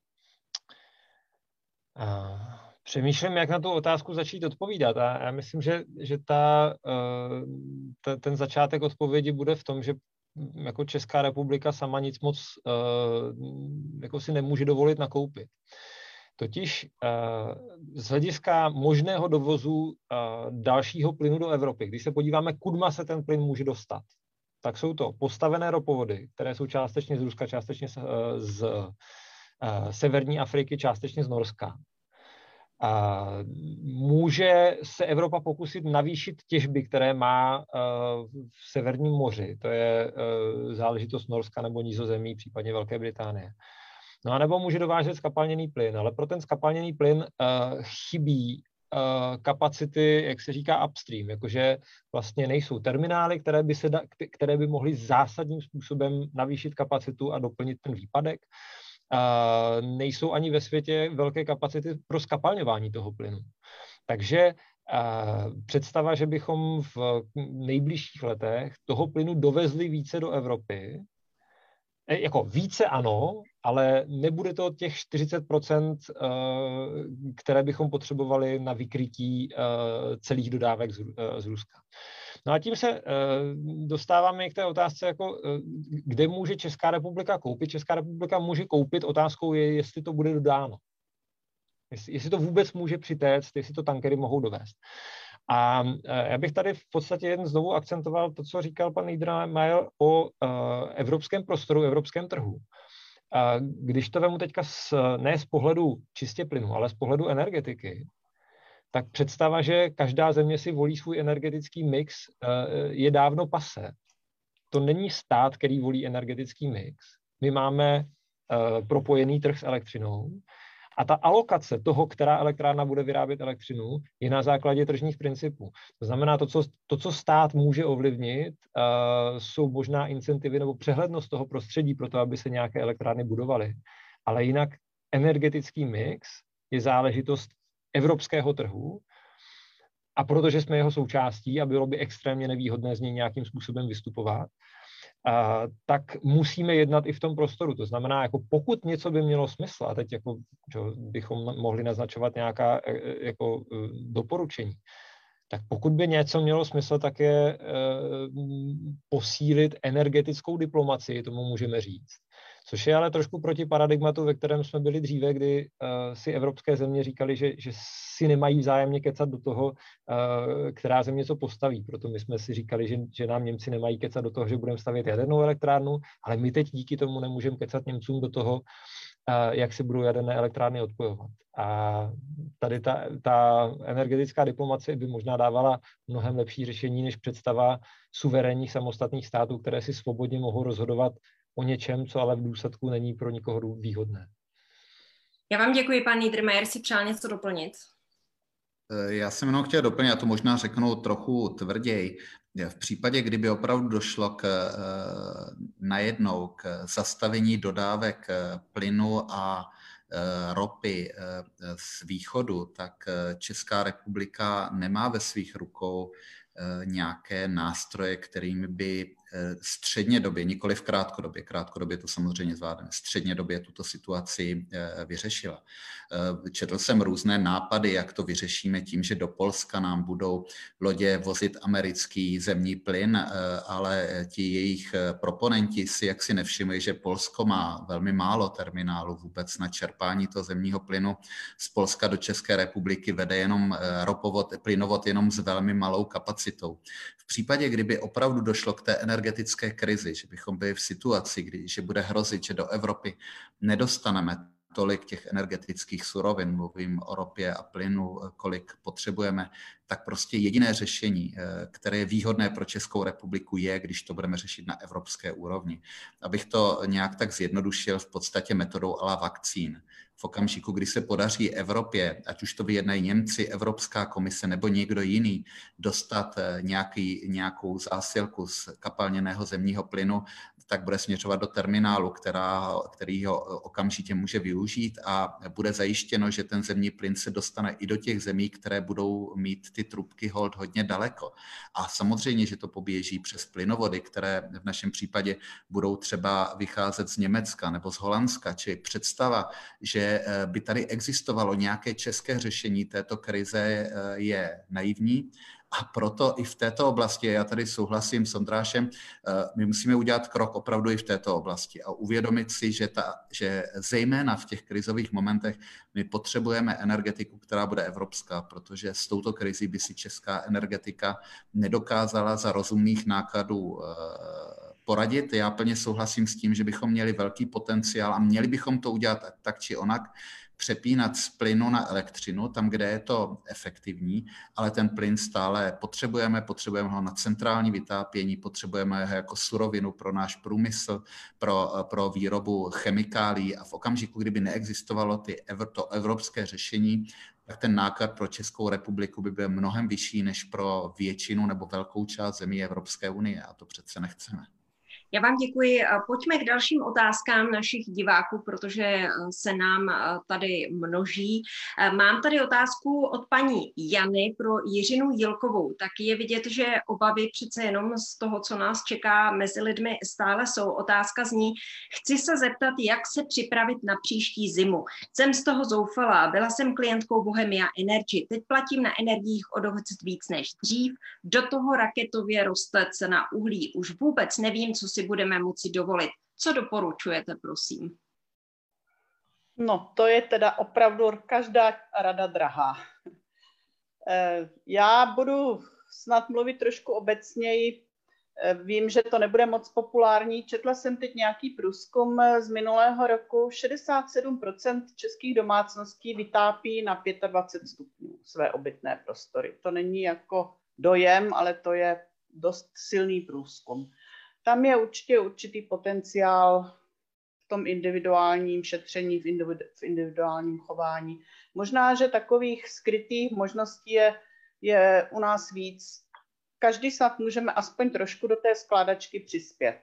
D: Přemýšlím, jak na tu otázku začít odpovídat. A já myslím, že ten začátek odpovědi bude v tom, že jako Česká republika sama nic moc jako si nemůže dovolit nakoupit. Totiž z hlediska možného dovozu dalšího plynu do Evropy, když se podíváme, kudma se ten plyn může dostat, tak jsou to postavené ropovody, které jsou částečně z Ruska, částečně z severní Afriky, částečně z Norska. Může se Evropa pokusit navýšit těžby, které má v Severním moři. To je záležitost Norska nebo Nizozemí, případně Velké Británie. No a nebo může dovážet skapalněný plyn, ale pro ten skapalněný plyn chybí kapacity, jak se říká, upstream, jakože vlastně nejsou terminály, které by mohly zásadním způsobem navýšit kapacitu a doplnit ten výpadek. Nejsou ani ve světě velké kapacity pro skapalňování toho plynu. Takže představa, že bychom v nejbližších letech toho plynu dovezli více do Evropy, jako více ano, ale nebude to těch 40%, které bychom potřebovali na vykrytí celých dodávek z Ruska. No a tím se dostáváme k té otázce, jako, kde může Česká republika koupit. Česká republika může koupit, otázkou je, jestli to bude dodáno. Jestli to vůbec může přitéct, jestli to tankery mohou dovést. A já bych tady v podstatě jen znovu akcentoval to, co říkal pan Niedermayer o evropském prostoru, evropském trhu. Když to vemu teďka ne z pohledu čistě plynu, ale z pohledu energetiky, tak představa, že každá země si volí svůj energetický mix, je dávno passé. To není stát, který volí energetický mix. My máme propojený trh s elektřinou a ta alokace toho, která elektrárna bude vyrábět elektřinu, je na základě tržních principů. To znamená, to, co stát může ovlivnit, jsou možná incentivy nebo přehlednost toho prostředí pro to, aby se nějaké elektrárny budovaly. Ale jinak energetický mix je záležitost evropského trhu a protože jsme jeho součástí a bylo by extrémně nevýhodné z něj nějakým způsobem vystupovat, tak musíme jednat i v tom prostoru. To znamená, jako pokud něco by mělo smysl, a teď jako, bychom mohli naznačovat nějaká jako doporučení, tak pokud by něco mělo smysl, tak je posílit energetickou diplomacii, tomu můžeme říct. Což je ale trošku proti paradigmatu, ve kterém jsme byli dříve, kdy si evropské země říkali, že si nemají vzájemně kecat do toho, která země co postaví. Proto my jsme si říkali, že nám Němci nemají kecat do toho, že budeme stavět jadernou elektrárnu, ale my teď díky tomu nemůžeme kecat Němcům do toho, jak se budou jaderné elektrárny odpojovat. A tady ta energetická diplomacie by možná dávala mnohem lepší řešení než představa suverénních samostatných států, které si svobodně mohou rozhodovat o něčem, co ale v důsledku není pro nikoho výhodné.
A: Já vám děkuji, pan Niedermayer, si přál něco doplnit?
C: Já jsem jenom chtěl doplnit, a to možná řeknu trochu tvrději. V případě, kdyby opravdu došlo najednou k zastavení dodávek plynu a ropy z východu, tak Česká republika nemá ve svých rukou nějaké nástroje, kterými by střednědobě, nikoli v krátkodobě to samozřejmě zvládne, střednědobě tuto situaci vyřešila. Četl jsem různé nápady, jak to vyřešíme tím, že do Polska nám budou lodě vozit americký zemní plyn, ale ti jejich proponenti si jaksi nevšimli, že Polsko má velmi málo terminálů vůbec na čerpání toho zemního plynu. Z Polska do České republiky vede jenom plynovod jenom s velmi malou kapacitou. V případě, kdyby opravdu došlo k té energetické krizi, že bychom byli v situaci, že bude hrozit, že do Evropy nedostaneme tolik těch energetických surovin, mluvím o ropě a plynu, kolik potřebujeme, tak prostě jediné řešení, které je výhodné pro Českou republiku, je, když to budeme řešit na evropské úrovni. Abych to nějak tak zjednodušil, v podstatě metodou à la vakcín. V okamžiku, kdy se podaří Evropě, ať už to vyjednají Němci, Evropská komise nebo někdo jiný, dostat nějakou zásilku z kapalněného zemního plynu, tak bude směřovat do terminálu, který ho okamžitě může využít a bude zajištěno, že ten zemní plyn se dostane i do těch zemí, které budou mít ty trubky hold hodně daleko. A samozřejmě, že to poběží přes plynovody, které v našem případě budou třeba vycházet z Německa nebo z Holandska, či představa, že by tady existovalo nějaké české řešení této krize, je naivní. A proto i v této oblasti, já tady souhlasím s Ondrášem, my musíme udělat krok opravdu i v této oblasti a uvědomit si, že zejména v těch krizových momentech my potřebujeme energetiku, která bude evropská, protože s touto krizí by si česká energetika nedokázala za rozumných nákladů poradit. Já plně souhlasím s tím, že bychom měli velký potenciál a měli bychom to udělat tak či onak, přepínat z plynu na elektřinu, tam, kde je to efektivní, ale ten plyn stále potřebujeme ho na centrální vytápění, potřebujeme ho jako surovinu pro náš průmysl, pro výrobu chemikálií a v okamžiku, kdyby neexistovalo to evropské řešení, tak ten náklad pro Českou republiku by byl mnohem vyšší než pro většinu nebo velkou část zemí Evropské unie a to přece nechceme.
A: Já vám děkuji. Pojďme k dalším otázkám našich diváků, protože se nám tady množí. Mám tady otázku od paní Jany pro Jiřinu Jilkovou. Tak je vidět, že obavy přece jenom z toho, co nás čeká mezi lidmi, stále jsou. Otázka zní, chci se zeptat, jak se připravit na příští zimu. Jsem z toho zoufalá, byla jsem klientkou Bohemia Energy, teď platím na energiích o dost víc než dřív, do toho raketově roste cena uhlí. Už vůbec nevím, co si budeme moci dovolit. Co doporučujete, prosím?
B: No, to je teda opravdu každá rada drahá. Já budu snad mluvit trošku obecněji. Vím, že to nebude moc populární. Četla jsem teď nějaký průzkum z minulého roku. 67% českých domácností vytápí na 25 stupňů své obytné prostory. To není jako dojem, ale to je dost silný průzkum. Tam je určitě určitý potenciál v tom individuálním šetření, v individuálním chování. Možná, že takových skrytých možností je u nás víc. Každý snad můžeme aspoň trošku do té skládačky přispět.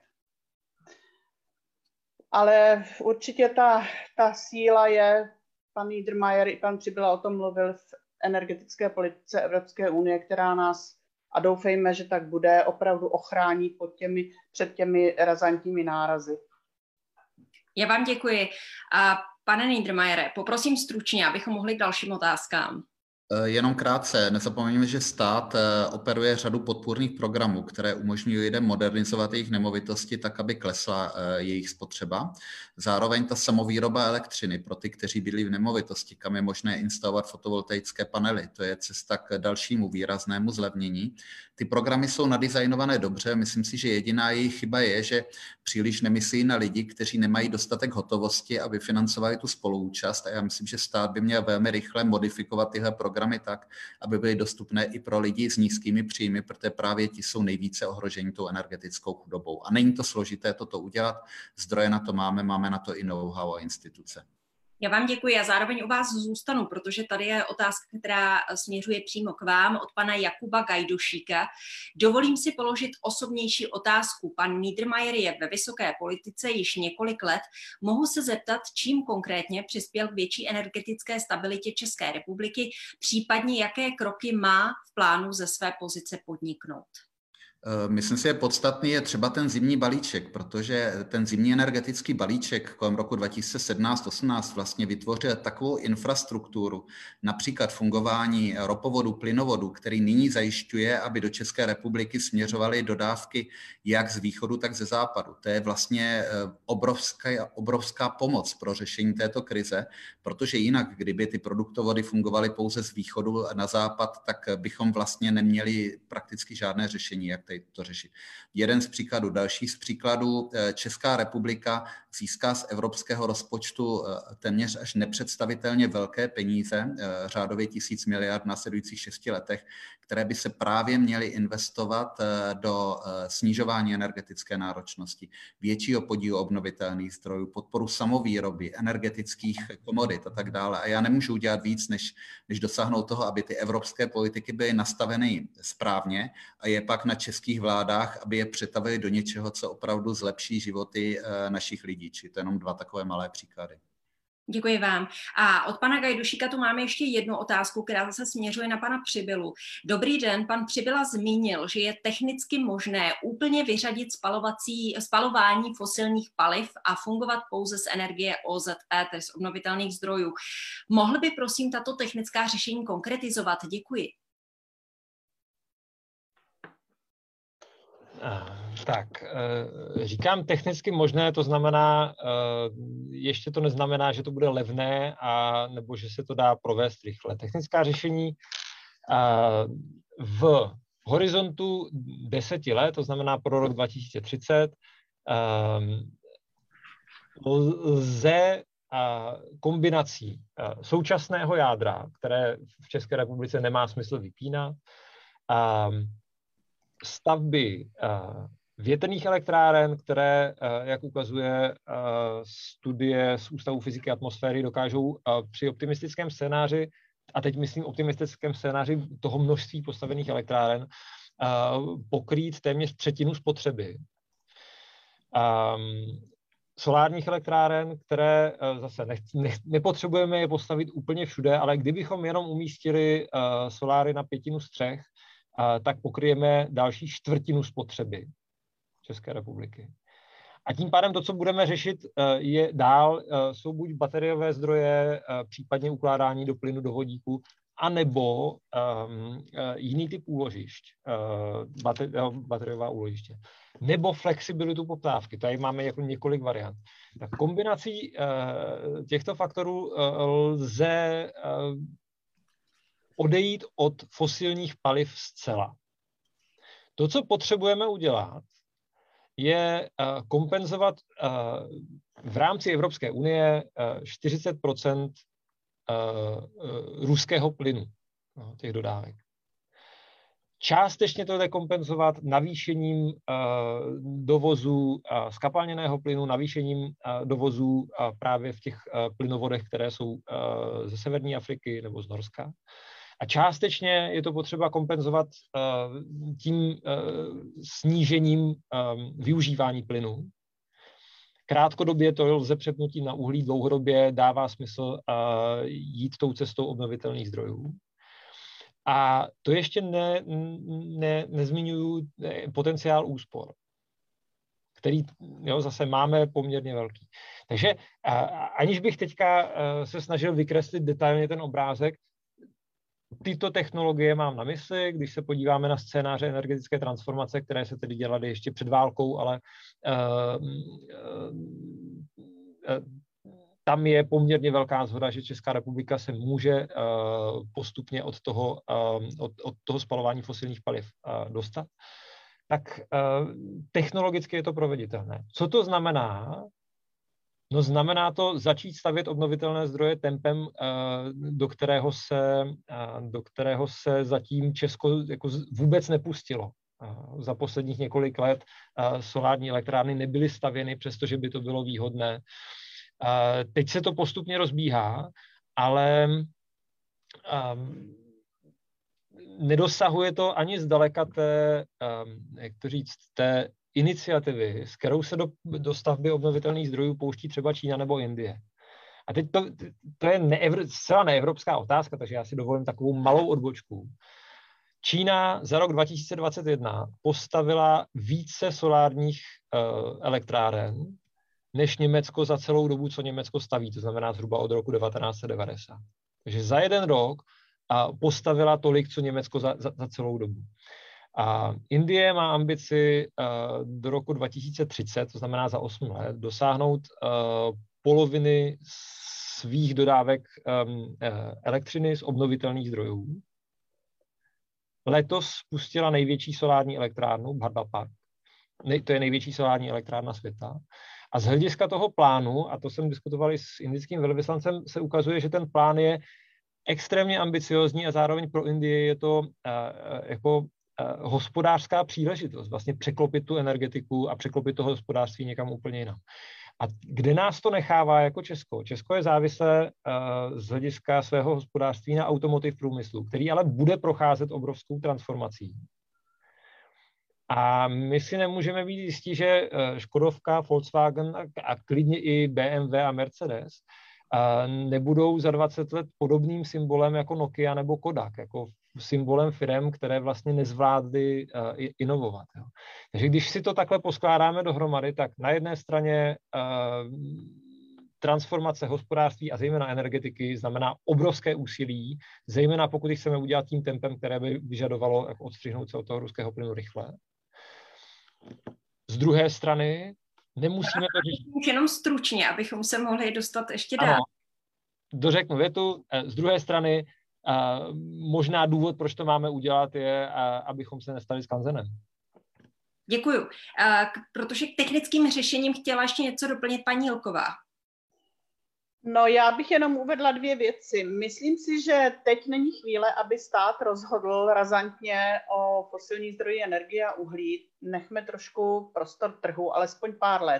B: Ale určitě ta síla je, pan Niedermayer i pan Přibyla o tom mluvil, v energetické politice Evropské unie, která nás, a doufejme, že tak bude, opravdu ochrání před těmi razantními nárazy.
A: Já vám děkuji. A pane Niedermayere, poprosím stručně, abychom mohli k dalším otázkám.
C: Jenom krátce, nezapomeňme, že stát operuje řadu podpůrných programů, které umožňují lidem modernizovat jejich nemovitosti tak, aby klesla jejich spotřeba. Zároveň ta samovýroba elektřiny pro ty, kteří bydlí v nemovitosti, kam je možné instalovat fotovoltaické panely, to je cesta k dalšímu výraznému zlevnění. Ty programy jsou nadizajnované dobře, myslím si, že jediná jejich chyba je, že příliš nemyslí na lidi, kteří nemají dostatek hotovosti, aby financovali tu spoluúčast a já myslím, že stát by měl velmi rychle modifikovat tyhle programy tak, aby byly dostupné i pro lidi s nízkými příjmy, protože právě ti jsou nejvíce ohroženi tou energetickou chudobou. A není to složité toto udělat, zdroje na to máme na to i know-how a instituce.
A: Já vám děkuji a zároveň u vás zůstanu, protože tady je otázka, která směřuje přímo k vám od pana Jakuba Gajdušíka. Dovolím si položit osobnější otázku. Pan Niedermayer je ve vysoké politice již několik let. Mohu se zeptat, čím konkrétně přispěl k větší energetické stabilitě České republiky, případně jaké kroky má v plánu ze své pozice podniknout?
C: Myslím si, že podstatný je třeba ten zimní balíček, protože ten zimní energetický balíček kolem roku 2017-18 vlastně vytvořil takovou infrastrukturu, například fungování ropovodu, plynovodu, který nyní zajišťuje, aby do České republiky směřovaly dodávky jak z východu, tak ze západu. To je vlastně obrovská pomoc pro řešení této krize, protože jinak, kdyby ty produktovody fungovaly pouze z východu na západ, tak bychom vlastně neměli prakticky žádné řešení, jak musí to řešit. Jeden z příkladů. Další z příkladů, Česká republika získá z evropského rozpočtu téměř až nepředstavitelně velké peníze, řádově 1000 miliard v následujících 6 letech, které by se právě měly investovat do snižování energetické náročnosti, většího podílu obnovitelných zdrojů, podporu samovýroby, energetických komodit a tak dále. A já nemůžu udělat víc, než dosáhnout toho, aby ty evropské politiky byly nastaveny správně a je pak na českých vládách, aby je přetavili do něčeho, co opravdu zlepší životy našich lidí. Či to jenom 2 takové malé příklady.
A: Děkuji vám. A od pana Gajdušíka tu máme ještě jednu otázku, která zase směřuje na pana Přibylu. Dobrý den, pan Přibyla zmínil, že je technicky možné úplně vyřadit spalování fosilních paliv a fungovat pouze z energie OZE, tedy z obnovitelných zdrojů. Mohl by prosím tato technická řešení konkretizovat? Děkuji.
D: Tak, říkám technicky možné, to znamená, ještě to neznamená, že to bude levné a nebo že se to dá provést rychle. Technická řešení v horizontu 10 let, to znamená pro rok 2030, lze kombinací současného jádra, které v České republice nemá smysl vypínat, stavby větrných elektráren, které, jak ukazuje studie z Ústavu fyziky atmosféry, dokážou při optimistickém scénáři, a teď myslím optimistickém scénáři toho množství postavených elektráren, pokrýt téměř 1/3 spotřeby. Solárních elektráren, které zase nepotřebujeme je postavit úplně všude, ale kdybychom jenom umístili soláry na 1/5 střech, tak pokryjeme další 1/4 spotřeby České republiky. A tím pádem to, co budeme řešit je dál, jsou buď bateriové zdroje, případně ukládání do plynu, do vodíku, anebo jiný typ úložišť, bateriová úložiště, nebo flexibilitu poptávky. Tady máme jako několik variant. Tak kombinací těchto faktorů lze odejít od fosilních paliv zcela. To, co potřebujeme udělat, je kompenzovat v rámci Evropské unie 40% ruského plynu, těch dodávek. Částečně to jde kompenzovat navýšením dovozu zkapalněného plynu, navýšením dovozu právě v těch plynovodech, které jsou ze severní Afriky nebo z Norska. A částečně je to potřeba kompenzovat tím snížením využívání plynu. Krátkodobě to lze přepnutí na uhlí, dlouhodobě dává smysl jít tou cestou obnovitelných zdrojů. A to ještě nezmiňuji potenciál úspor, který zase máme poměrně velký. Takže aniž bych teďka se snažil vykreslit detailně ten obrázek, tyto technologie mám na mysli, když se podíváme na scénáře energetické transformace, které se tedy dělaly ještě před válkou, ale tam je poměrně velká shoda, že Česká republika se může postupně od toho spalování fosilních paliv dostat. Tak technologicky je to proveditelné. Co to znamená? No znamená to začít stavět obnovitelné zdroje tempem, do kterého se zatím Česko jako vůbec nepustilo. Za posledních několik let solární elektrárny nebyly stavěny, přestože by to bylo výhodné. Teď se to postupně rozbíhá, ale nedosahuje to ani zdaleka té iniciativy, s kterou se do stavby obnovitelných zdrojů pouští třeba Čína nebo Indie. A teď to je zcela neevropská otázka, takže já si dovolím takovou malou odbočku. Čína za rok 2021 postavila více solárních elektráren, než Německo za celou dobu, co Německo staví, to znamená zhruba od roku 1990. Takže za jeden rok postavila tolik, co Německo za celou dobu. A Indie má ambici do roku 2030, to znamená za 8 let, dosáhnout poloviny svých dodávek elektřiny z obnovitelných zdrojů. letos spustila největší solární elektrárnu, Bhadla Park. To je největší solární elektrárna světa. A z hlediska toho plánu, a to jsem diskutoval i s indickým velvyslancem, se ukazuje, že ten plán je extrémně ambiciozní a zároveň pro Indii je to hospodářská příležitost, vlastně překlopit tu energetiku a překlopit to hospodářství někam úplně jinam. A kde nás to nechává jako Česko? Česko je závislé z hlediska svého hospodářství na automotive průmyslu, který ale bude procházet obrovskou transformací. A my si nemůžeme být jistí, že Škodovka, Volkswagen a klidně i BMW a Mercedes nebudou za 20 let podobným symbolem jako Nokia nebo Kodak, jako symbolem firem, které vlastně nezvládly inovovat. Jo. Takže když si to takhle poskládáme dohromady, tak na jedné straně transformace hospodářství a zejména energetiky znamená obrovské úsilí, zejména pokud chceme udělat tím tempem, které by vyžadovalo jako odstřihnout se od toho ruského plynu rychle. Z druhé strany nemusíme to řešit.
A: Jenom stručně, abychom se mohli dostat ještě dál.
D: Dořeknu větu. Z druhé strany možná důvod, proč to máme udělat, je, abychom se nestali skanzenem.
A: Děkuju. Protože k technickým řešením chtěla ještě něco doplnit paní Jilková.
B: No, já bych jenom uvedla 2 věci. Myslím si, že teď není chvíle, aby stát rozhodl razantně o fosilních zdrojích energie a uhlí. Nechme trošku prostor trhu, alespoň pár let.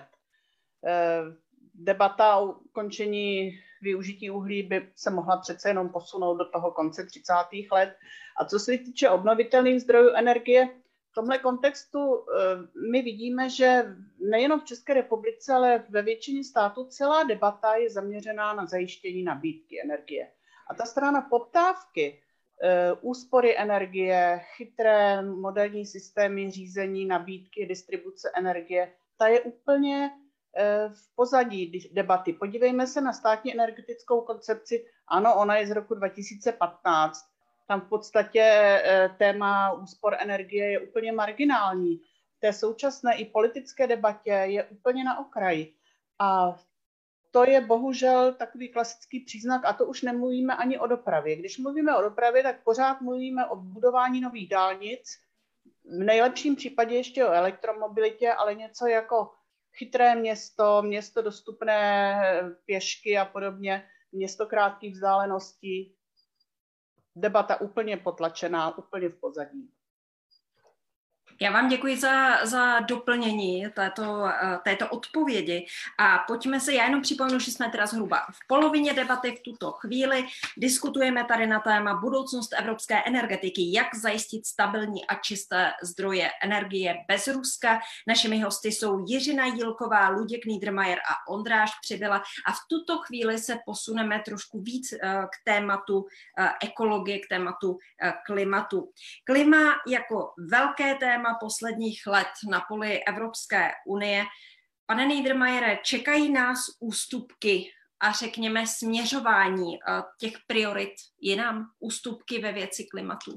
B: Debata o ukončení využití uhlí by se mohla přece jenom posunout do toho konce 30. let. A co se týče obnovitelných zdrojů energie, v tomhle kontextu my vidíme, že nejenom v České republice, ale ve většině států celá debata je zaměřená na zajištění nabídky energie. A ta strana poptávky, úspory energie, chytré moderní systémy řízení nabídky, distribuce energie, ta je úplně v pozadí debaty. Podívejme se na státní energetickou koncepci. Ano, ona je z roku 2015. Tam v podstatě téma úspor energie je úplně marginální. V té současné i politické debatě je úplně na okraji. A to je bohužel takový klasický příznak, a to už nemluvíme ani o dopravě. Když mluvíme o dopravě, tak pořád mluvíme o budování nových dálnic, v nejlepším případě ještě o elektromobilitě, ale něco jako chytré město, město dostupné pěšky a podobně, město krátkých vzdáleností. Debata úplně potlačená, úplně v pozadí.
A: Já vám děkuji za doplnění této odpovědi a pojďme se, já jenom připomenu, že jsme teda zhruba v polovině debaty v tuto chvíli. Diskutujeme tady na téma budoucnost evropské energetiky, jak zajistit stabilní a čisté zdroje energie bez Ruska. Našimi hosty jsou Jiřina Jilková, Luděk Niedermayer a Ondráš Přibyla a v tuto chvíli se posuneme trošku víc k tématu ekologie, k tématu klimatu. Klima jako velké téma posledních let na poli Evropské unie. Pane Niedermayere, čekají nás ústupky a řekněme směřování těch priorit jinam, ústupky ve věci klimatu?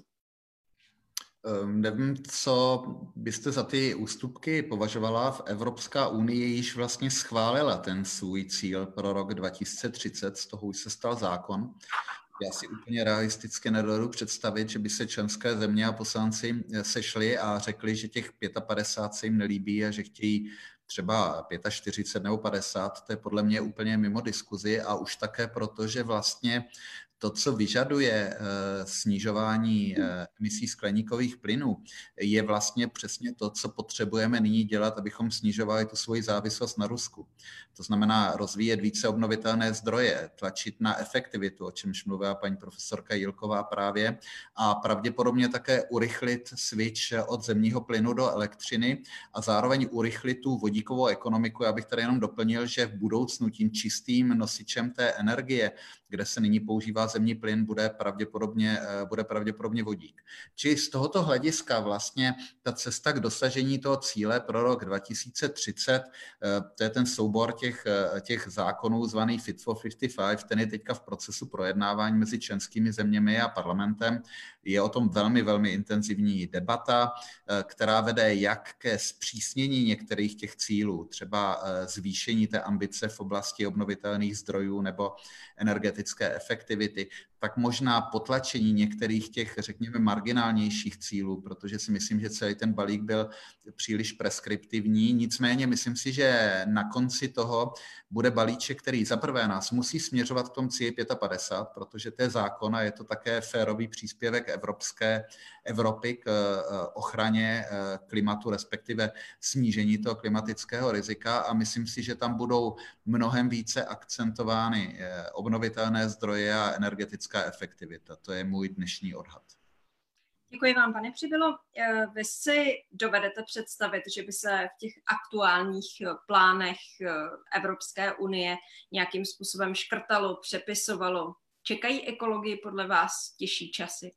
C: Nevím, co byste za ty ústupky považovala. Evropská unie již vlastně schválila ten svůj cíl pro rok 2030, z toho už se stal zákon. Já si úplně realisticky nedovedu představit, že by se členské země a poslanci sešli a řekli, že těch 55 se jim nelíbí a že chtějí třeba 45 nebo 50. To je podle mě úplně mimo diskuzi a už také proto, že vlastně to, co vyžaduje snižování emisí skleníkových plynů, je vlastně přesně to, co potřebujeme nyní dělat, abychom snižovali tu svoji závislost na Rusku. To znamená rozvíjet více obnovitelné zdroje, tlačit na efektivitu, o čemž mluvila paní profesorka Jilková právě, a pravděpodobně také urychlit switch od zemního plynu do elektřiny a zároveň urychlit tu vodíkovou ekonomiku. Já bych tady jenom doplnil, že v budoucnu tím čistým nosičem té energie, kde se nyní používá zemní plyn, bude pravděpodobně vodík. Čili z tohoto hlediska vlastně ta cesta k dosažení toho cíle pro rok 2030, to je ten soubor těch zákonů zvaný Fit for 55, ten je teďka v procesu projednávání mezi členskými zeměmi a parlamentem. Je o tom velmi, velmi intenzivní debata, která vede jak ke zpřísnění některých těch cílů, třeba zvýšení té ambice v oblasti obnovitelných zdrojů nebo energetické efektivity, limity, tak možná potlačení některých těch, řekněme, marginálnějších cílů, protože si myslím, že celý ten balík byl příliš preskriptivní. Nicméně myslím si, že na konci toho bude balíček, který zaprvé nás musí směřovat k tomu cíli 55, protože to je zákon a je to také férový příspěvek Evropy k ochraně klimatu, respektive snížení toho klimatického rizika, a myslím si, že tam budou mnohem více akcentovány obnovitelné zdroje a energetická efektivita. To je můj dnešní odhad.
A: Děkuji vám, pane Přibylo. Vy si dovedete představit, že by se v těch aktuálních plánech Evropské unie nějakým způsobem škrtalo, přepisovalo? Čekají ekologii podle vás těžší časy?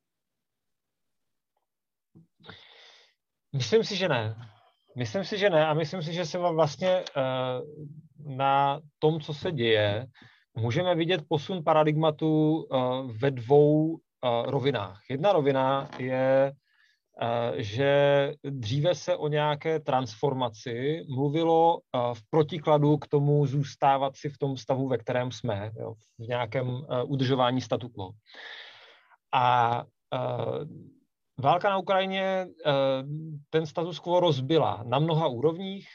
D: Myslím si, že ne. A myslím si, že se vlastně na tom, co se děje, můžeme vidět posun paradigmatu ve dvou rovinách. Jedna rovina je, že dříve se o nějaké transformaci mluvilo v protikladu k tomu zůstávat si v tom stavu, ve kterém jsme, jo, v nějakém udržování statu quo. A válka na Ukrajině ten status quo rozbila na mnoha úrovních.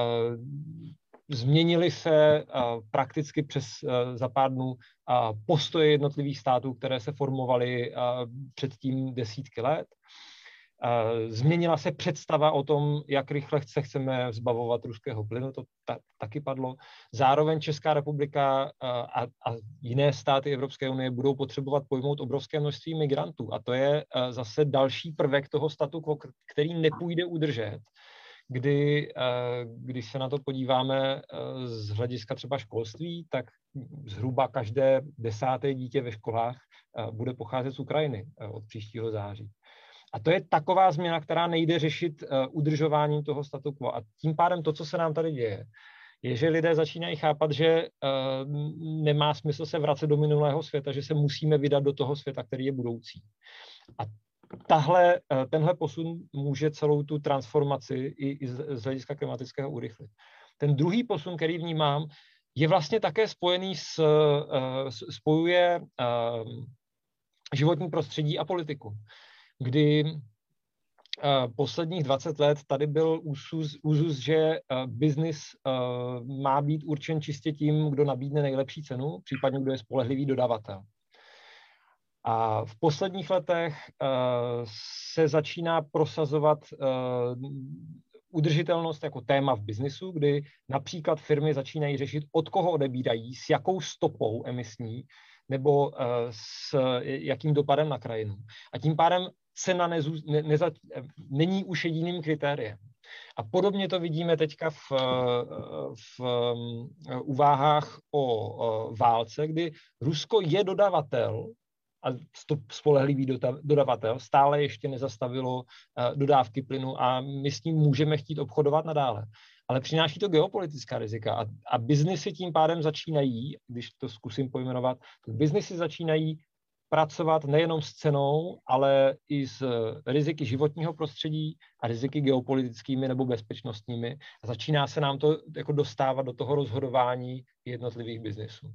D: Změnily se prakticky za pár dnů postoje jednotlivých států, které se formovaly předtím desítky let. Změnila se představa o tom, jak rychle se chceme zbavovat ruského plynu, to taky padlo. Zároveň Česká republika a jiné státy Evropské unie budou potřebovat pojmout obrovské množství migrantů. A to je zase další prvek toho statu quo, který nepůjde udržet. Když se na to podíváme z hlediska třeba školství, tak zhruba každé 10. dítě ve školách bude pocházet z Ukrajiny od příštího září. A to je taková změna, která nejde řešit udržováním toho statu quo. A tím pádem to, co se nám tady děje, je, že lidé začínají chápat, že nemá smysl se vracet do minulého světa, že se musíme vydat do toho světa, který je budoucí. A tenhle posun může celou tu transformaci i z hlediska klimatického urychlit. Ten druhý posun, který vnímám, je vlastně také spojený spojuje životní prostředí a politiku, kdy posledních 20 let tady byl úzus, že biznis má být určen čistě tím, kdo nabídne nejlepší cenu, případně kdo je spolehlivý dodavatel. A v posledních letech se začíná prosazovat udržitelnost jako téma v biznisu, kdy například firmy začínají řešit, od koho odebírají, s jakou stopou emisní, nebo s jakým dopadem na krajinu. A tím pádem cena není už jediným kritériem. A podobně to vidíme teďka v úvahách o válce, kdy Rusko je dodavatel, a spolehlivý dodavatel stále ještě nezastavilo dodávky plynu a my s tím můžeme chtít obchodovat nadále. Ale přináší to geopolitická rizika a biznesy tím pádem začínají, když to zkusím pojmenovat, biznesy začínají pracovat nejenom s cenou, ale i s riziky životního prostředí a riziky geopolitickými nebo bezpečnostními. A začíná se nám to jako dostávat do toho rozhodování jednotlivých biznesů.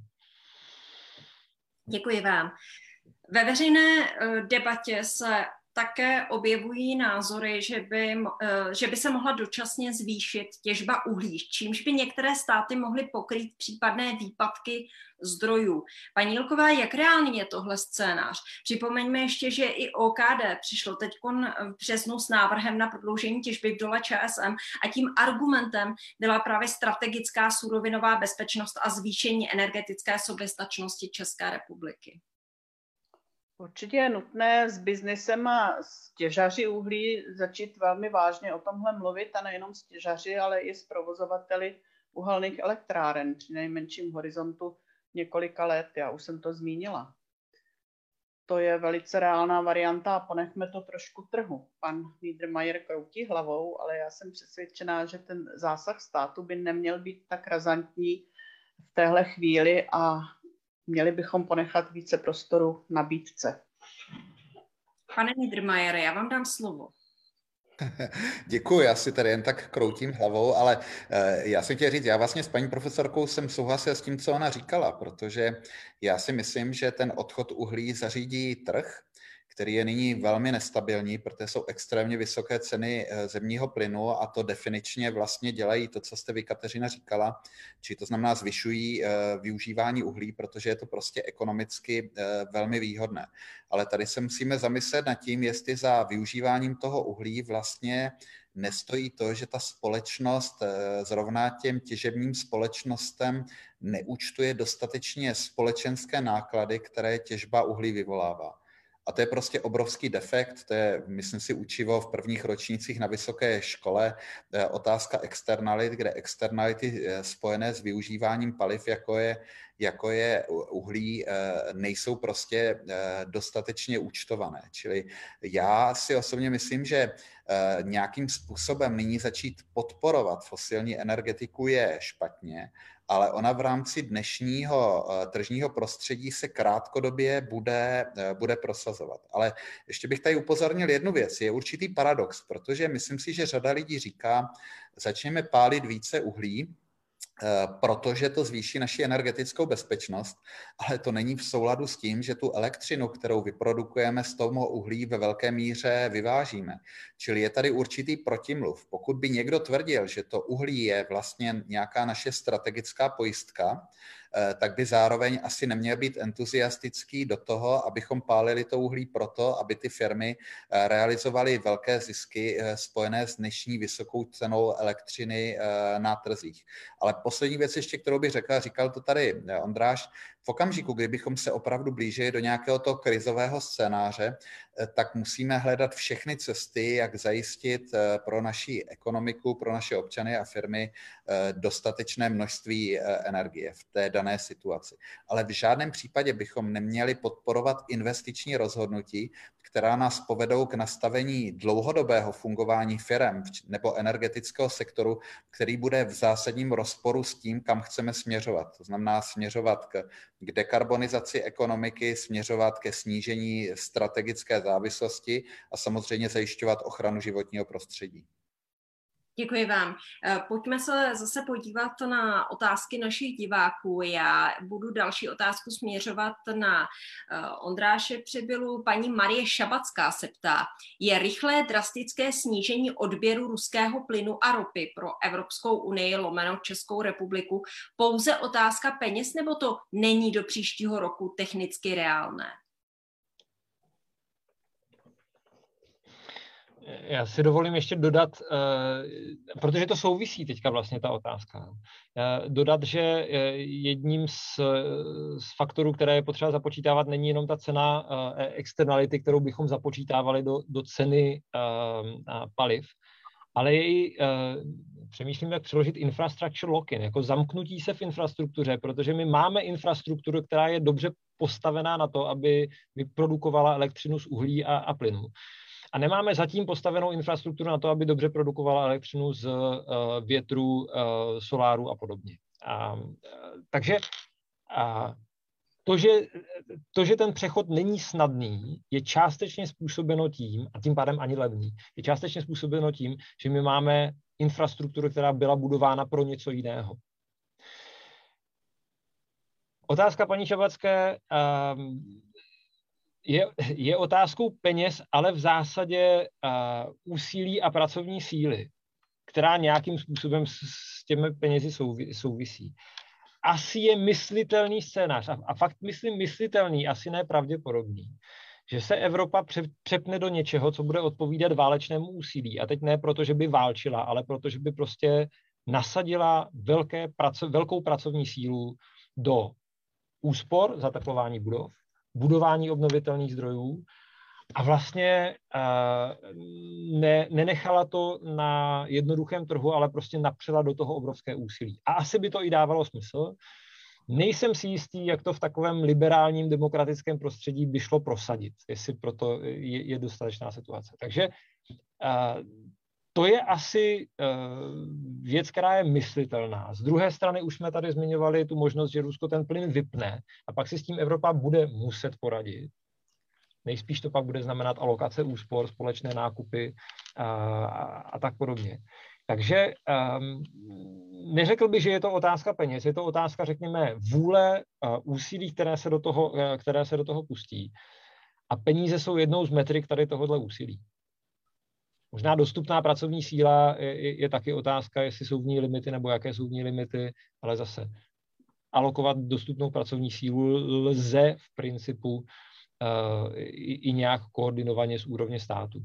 A: Děkuji vám. Ve veřejné debatě se také objevují názory, že by se mohla dočasně zvýšit těžba uhlí, čímž by některé státy mohly pokrýt případné výpadky zdrojů. Paní Jilková, jak reálný je tohle scénář? Připomeňme ještě, že i OKD přišlo teď v březnu s návrhem na prodloužení těžby v dole ČSM a tím argumentem byla právě strategická surovinová bezpečnost a zvýšení energetické soběstačnosti České republiky.
B: Určitě je nutné s biznesem a s těžaři uhlí začít velmi vážně o tomhle mluvit a nejenom s těžaři, ale i s provozovateli uhelných elektráren při nejmenším horizontu několika let. Já už jsem to zmínila. To je velice reálná varianta a ponechme to trošku trhu. Pan Niedermayer kroutí hlavou, ale já jsem přesvědčená, že ten zásah státu by neměl být tak razantní v téhle chvíli a měli bychom ponechat více prostoru nabídce.
A: Pane Niedermayere, já vám dám slovo.
C: Děkuji, já si tady jen tak kroutím hlavou, ale já jsem chtěl říct, já vlastně s paní profesorkou jsem souhlasil s tím, co ona říkala, protože já si myslím, že ten odchod uhlí zařídí trh, který je nyní velmi nestabilní, protože jsou extrémně vysoké ceny zemního plynu a to definičně vlastně dělají to, co jste vy, Kateřina, říkala, či to znamená zvyšují využívání uhlí, protože je to prostě ekonomicky velmi výhodné. Ale tady se musíme zamyslet nad tím, jestli za využíváním toho uhlí vlastně nestojí to, že ta společnost zrovna těm těžebním společnostem neúčtuje dostatečně společenské náklady, které těžba uhlí vyvolává. A to je prostě obrovský defekt, to je, myslím si, učivo v prvních ročnících na vysoké škole, otázka externalit, kde externality spojené s využíváním paliv, jako je uhlí, nejsou prostě dostatečně účtované. Čili já si osobně myslím, že nějakým způsobem nyní začít podporovat fosilní energetiku je špatně, ale ona v rámci dnešního tržního prostředí se krátkodobě bude prosazovat. Ale ještě bych tady upozornil jednu věc. Je určitý paradox, protože myslím si, že řada lidí říká, začněme pálit více uhlí, protože to zvýší naši energetickou bezpečnost, ale to není v souladu s tím, že tu elektřinu, kterou vyprodukujeme z toho uhlí, ve velké míře vyvážíme. Čili je tady určitý protimluv. Pokud by někdo tvrdil, že to uhlí je vlastně nějaká naše strategická pojistka, tak by zároveň asi neměl být entuziastický do toho, abychom pálili to uhlí proto, aby ty firmy realizovaly velké zisky spojené s dnešní vysokou cenou elektřiny na trzích. Ale poslední věc ještě, kterou bych řekl, říkal to tady Ondráš, v okamžiku, kdybychom se opravdu blížili do nějakého toho krizového scénáře, tak musíme hledat všechny cesty, jak zajistit pro naši ekonomiku, pro naše občany a firmy dostatečné množství energie v té dané situaci. Ale v žádném případě bychom neměli podporovat investiční rozhodnutí, která nás povedou k nastavení dlouhodobého fungování firem nebo energetického sektoru, který bude v zásadním rozporu s tím, kam chceme směřovat. To znamená směřovat k dekarbonizaci ekonomiky, směřovat ke snížení strategické závislosti a samozřejmě zajišťovat ochranu životního prostředí.
A: Děkuji vám. Pojďme se zase podívat na otázky našich diváků. Já budu další otázku směřovat na Ondráše Přibylu. Paní Marie Šabacká se ptá, je rychlé drastické snížení odběru ruského plynu a ropy pro Evropskou unii / Českou republiku pouze otázka peněz, nebo to není do příštího roku technicky reálné?
D: Já si dovolím ještě dodat, protože to souvisí teďka vlastně ta otázka, dodat, že jedním z faktorů, které je potřeba započítávat, není jenom ta cena externality, kterou bychom započítávali do ceny paliv, ale i přemýšlím, jak přeložit infrastructure lock-in, jako zamknutí se v infrastruktuře, protože my máme infrastrukturu, která je dobře postavená na to, aby vyprodukovala elektřinu z uhlí a plynu. A nemáme zatím postavenou infrastrukturu na to, aby dobře produkovala elektřinu z větru, soláru a podobně. Takže to, že ten přechod není snadný, je částečně způsobeno tím, a tím pádem ani levný, je částečně způsobeno tím, že my máme infrastrukturu, která byla budována pro něco jiného. Otázka paní Šabacké je otázkou peněz, ale v zásadě úsilí a pracovní síly, která nějakým způsobem s těmi penězi souvisí. Asi je myslitelný scénář, a fakt myslím myslitelný, asi ne pravděpodobný, že se Evropa přepne do něčeho, co bude odpovídat válečnému úsilí. A teď ne proto, že by válčila, ale proto, že by prostě nasadila velkou pracovní sílu do úspor, zateplování budov, budování obnovitelných zdrojů a vlastně nenechala to na jednoduchém trhu, ale prostě napřela do toho obrovské úsilí. A asi by to i dávalo smysl. Nejsem si jistý, jak to v takovém liberálním demokratickém prostředí by šlo prosadit, jestli proto je dostatečná situace. Takže to je asi věc, která je myslitelná. Z druhé strany už jsme tady zmiňovali tu možnost, že Rusko ten plyn vypne a pak si s tím Evropa bude muset poradit. Nejspíš to pak bude znamenat alokace úspor, společné nákupy a tak podobně. Takže neřekl bych, že je to otázka peněz, je to otázka, řekněme, vůle, úsilí, které se do toho pustí. A peníze jsou jednou z metrik tady tohohle úsilí. Možná dostupná pracovní síla je taky otázka, jestli jsou v ní limity nebo jaké jsou v ní limity, ale zase alokovat dostupnou pracovní sílu lze v principu i nějak koordinovaně z úrovně státu.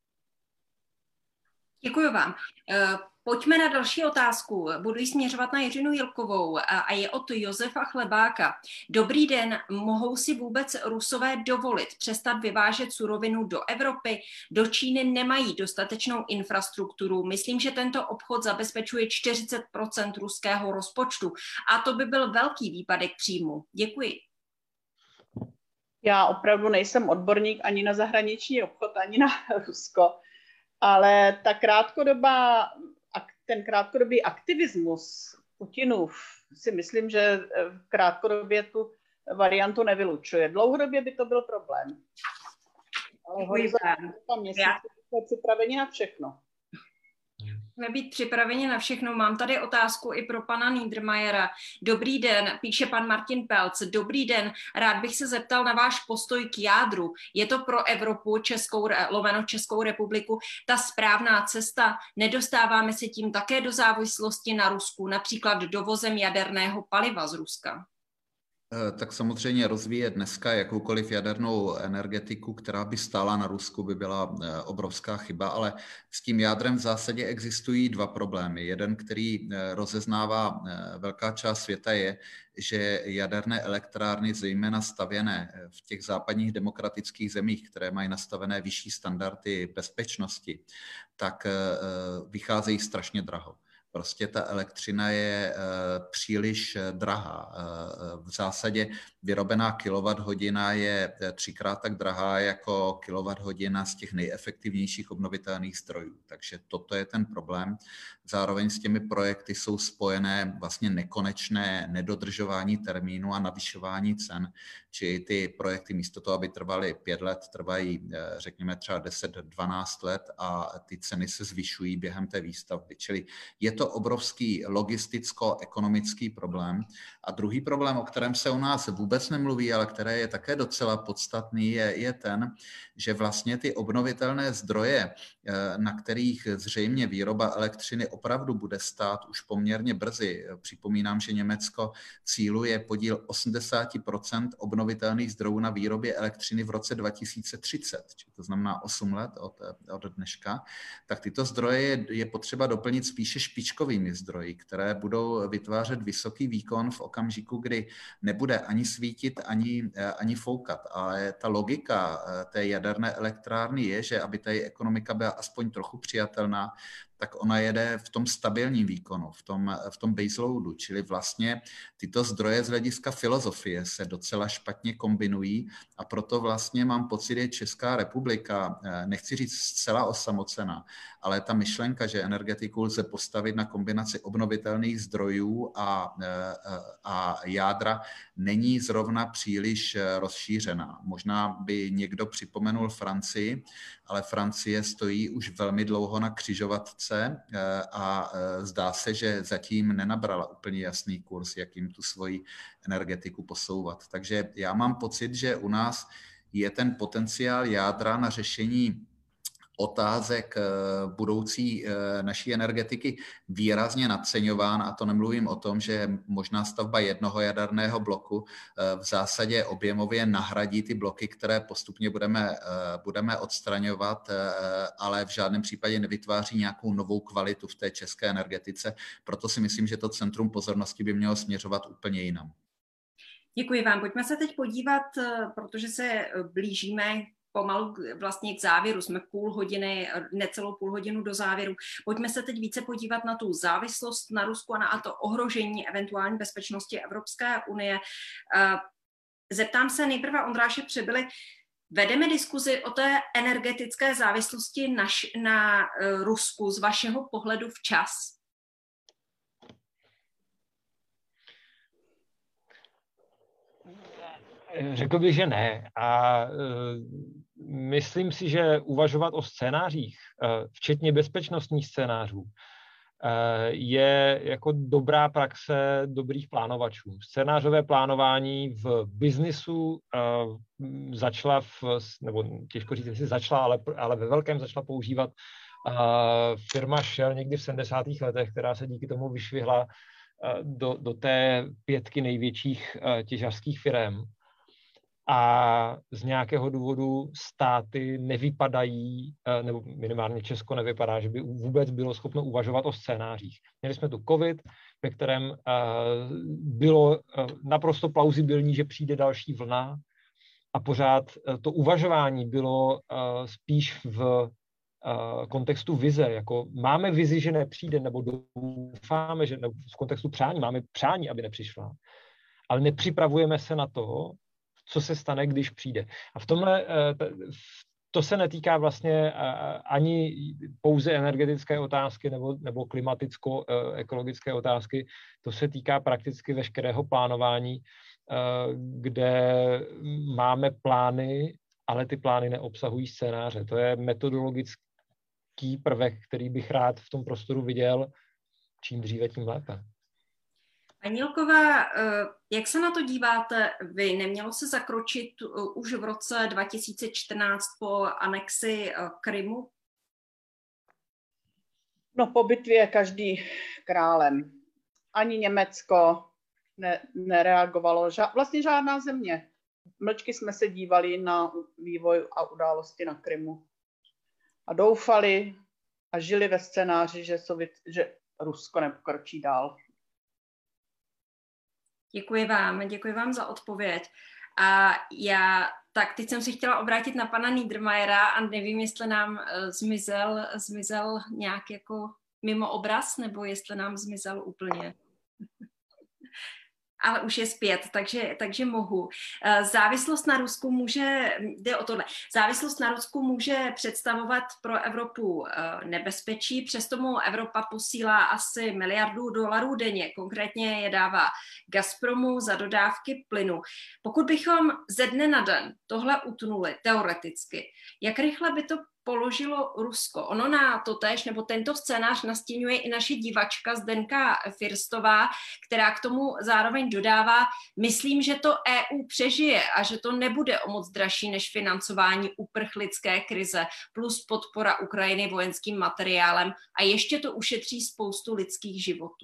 A: Děkuji vám. Pojďme na další otázku. Budu ji směřovat na Jiřinu Jilkovou a je od Josefa Chlebáka. Dobrý den, mohou si vůbec Rusové dovolit přestat vyvážet surovinu do Evropy? Do Číny nemají dostatečnou infrastrukturu. Myslím, že tento obchod zabezpečuje 40% ruského rozpočtu a to by byl velký výpadek příjmu. Děkuji.
B: Já opravdu nejsem odborník ani na zahraniční obchod, ani na Rusko, ale ten krátkodobý aktivismus Putinův si myslím, že krátkodobě tu variantu nevylučuje. Dlouhodobě by to byl problém. Ale měsíce jsme připraveni na všechno.
A: Můžeme být připraveni na všechno. Mám tady otázku i pro pana Niedermayera. Dobrý den, píše pan Martin Pelc. Dobrý den, rád bych se zeptal na váš postoj k jádru. Je to pro Evropu, Českou republiku, ta správná cesta? Nedostáváme se tím také do závislosti na Rusku, například dovozem jaderného paliva z Ruska?
C: Tak samozřejmě rozvíjet dneska jakoukoliv jadernou energetiku, která by stála na Rusku, by byla obrovská chyba, ale s tím jádrem v zásadě existují dva problémy. Jeden, který rozeznává velká část světa, je, že jaderné elektrárny, zejména stavěné v těch západních demokratických zemích, které mají nastavené vyšší standardy bezpečnosti, tak vycházejí strašně draho. Prostě ta elektřina je příliš drahá. V zásadě vyrobená kilowatthodina je 3krát tak drahá jako kilowatthodina z těch nejefektivnějších obnovitelných zdrojů. Takže toto je ten problém. Zároveň s těmi projekty jsou spojené vlastně nekonečné nedodržování termínu a navyšování cen. Čili ty projekty místo toho, aby trvaly 5 let, trvají řekněme třeba 10-12 let a ty ceny se zvyšují během té výstavby. Čili je to obrovský logisticko-ekonomický problém. A druhý problém, o kterém se u nás vůbec nemluví, ale který je také docela podstatný, je ten, že vlastně ty obnovitelné zdroje, na kterých zřejmě výroba elektřiny opravdu bude stát už poměrně brzy. Připomínám, že Německo cíluje podíl 80% obnovitelných zdrojů na výrobě elektřiny v roce 2030, to znamená 8 let od dneška, tak tyto zdroje je potřeba doplnit spíše špičkovými zdroji, které budou vytvářet vysoký výkon v okamžiku, kdy nebude ani svítit, ani foukat. Ale ta logika té jaderné elektrárny je, že aby ta ekonomika byla aspoň trochu přijatelná, tak ona jede v tom stabilním výkonu, v tom baseloadu, čili vlastně tyto zdroje z hlediska filozofie se docela špatně kombinují a proto vlastně mám pocit, že Česká republika, nechci říct zcela osamocená, ale ta myšlenka, že energetiku lze postavit na kombinaci obnovitelných zdrojů a jádra, není zrovna příliš rozšířená. Možná by někdo připomenul Francii, ale Francie stojí už velmi dlouho na křižovatce a zdá se, že zatím nenabrala úplně jasný kurz, jakým tu svoji energetiku posouvat. Takže já mám pocit, že u nás je ten potenciál jádra na řešení otázek budoucí naší energetiky výrazně nadceňován, a to nemluvím o tom, že možná stavba jednoho jaderného bloku v zásadě objemově nahradí ty bloky, které postupně budeme odstraňovat, ale v žádném případě nevytváří nějakou novou kvalitu v té české energetice. Proto si myslím, že to centrum pozornosti by mělo směřovat úplně jinam.
A: Děkuji vám. Pojďme se teď podívat, protože se blížíme pomalu vlastně k závěru, jsme necelou půl hodinu do závěru. Pojďme se teď více podívat na tu závislost na Rusku a na to ohrožení eventuální bezpečnosti Evropské unie. Zeptám se nejprve Ondráše Přebyly, vedeme diskuzi o té energetické závislosti na Rusku z vašeho pohledu včas?
D: Řekl bych, že ne. A myslím si, že uvažovat o scénářích, včetně bezpečnostních scénářů, je jako dobrá praxe dobrých plánovačů. Scénářové plánování v biznisu začala, nebo těžko říct, jestli začala, ale ve velkém začala používat firma Shell někdy v 70. letech, která se díky tomu vyšvihla do té 5 největších těžařských firem. A z nějakého důvodu státy nevypadají, nebo minimálně Česko nevypadá, že by vůbec bylo schopno uvažovat o scénářích. Měli jsme tu COVID, ve kterém bylo naprosto plauzibilní, že přijde další vlna a pořád to uvažování bylo spíš v kontextu vize, jako máme vizi, že nepřijde, nebo doufáme, že nebo v kontextu přání, máme přání, aby nepřišla, ale nepřipravujeme se na to, co se stane, když přijde. A v tomhle to se netýká vlastně ani pouze energetické otázky nebo klimaticko-ekologické otázky, to se týká prakticky veškerého plánování, kde máme plány, ale ty plány neobsahují scénáře. To je metodologický prvek, který bych rád v tom prostoru viděl, čím dříve, tím lépe.
A: Paní Jilková, jak se na to díváte vy? Nemělo se zakročit už v roce 2014 po anexi Krymu?
B: No, po bitvě je každý králem. Ani Německo nereagovalo, vlastně žádná země. Mlčky jsme se dívali na vývoj a události na Krymu. A doufali a žili ve scénáři, že Rusko nepokročí dál.
A: Děkuji vám za odpověď. A teď jsem si chtěla obrátit na pana Niedermayera a nevím, jestli nám zmizel nějak jako mimo obraz, nebo jestli nám zmizel úplně. Ale už je zpět, takže mohu. Závislost na Rusku může představovat pro Evropu nebezpečí, přesto mu Evropa posílá asi $1 miliardu denně, konkrétně je dává Gazpromu za dodávky plynu. Pokud bychom ze dne na den tohle utnuli teoreticky, jak rychle by to položilo Rusko? Ono na to též, nebo tento scénář nastíňuje i naše divačka Zdenka Firstová, která k tomu zároveň dodává, myslím, že to EU přežije a že to nebude o moc dražší než financování uprchlické krize plus podpora Ukrajiny vojenským materiálem a ještě to ušetří spoustu lidských životů.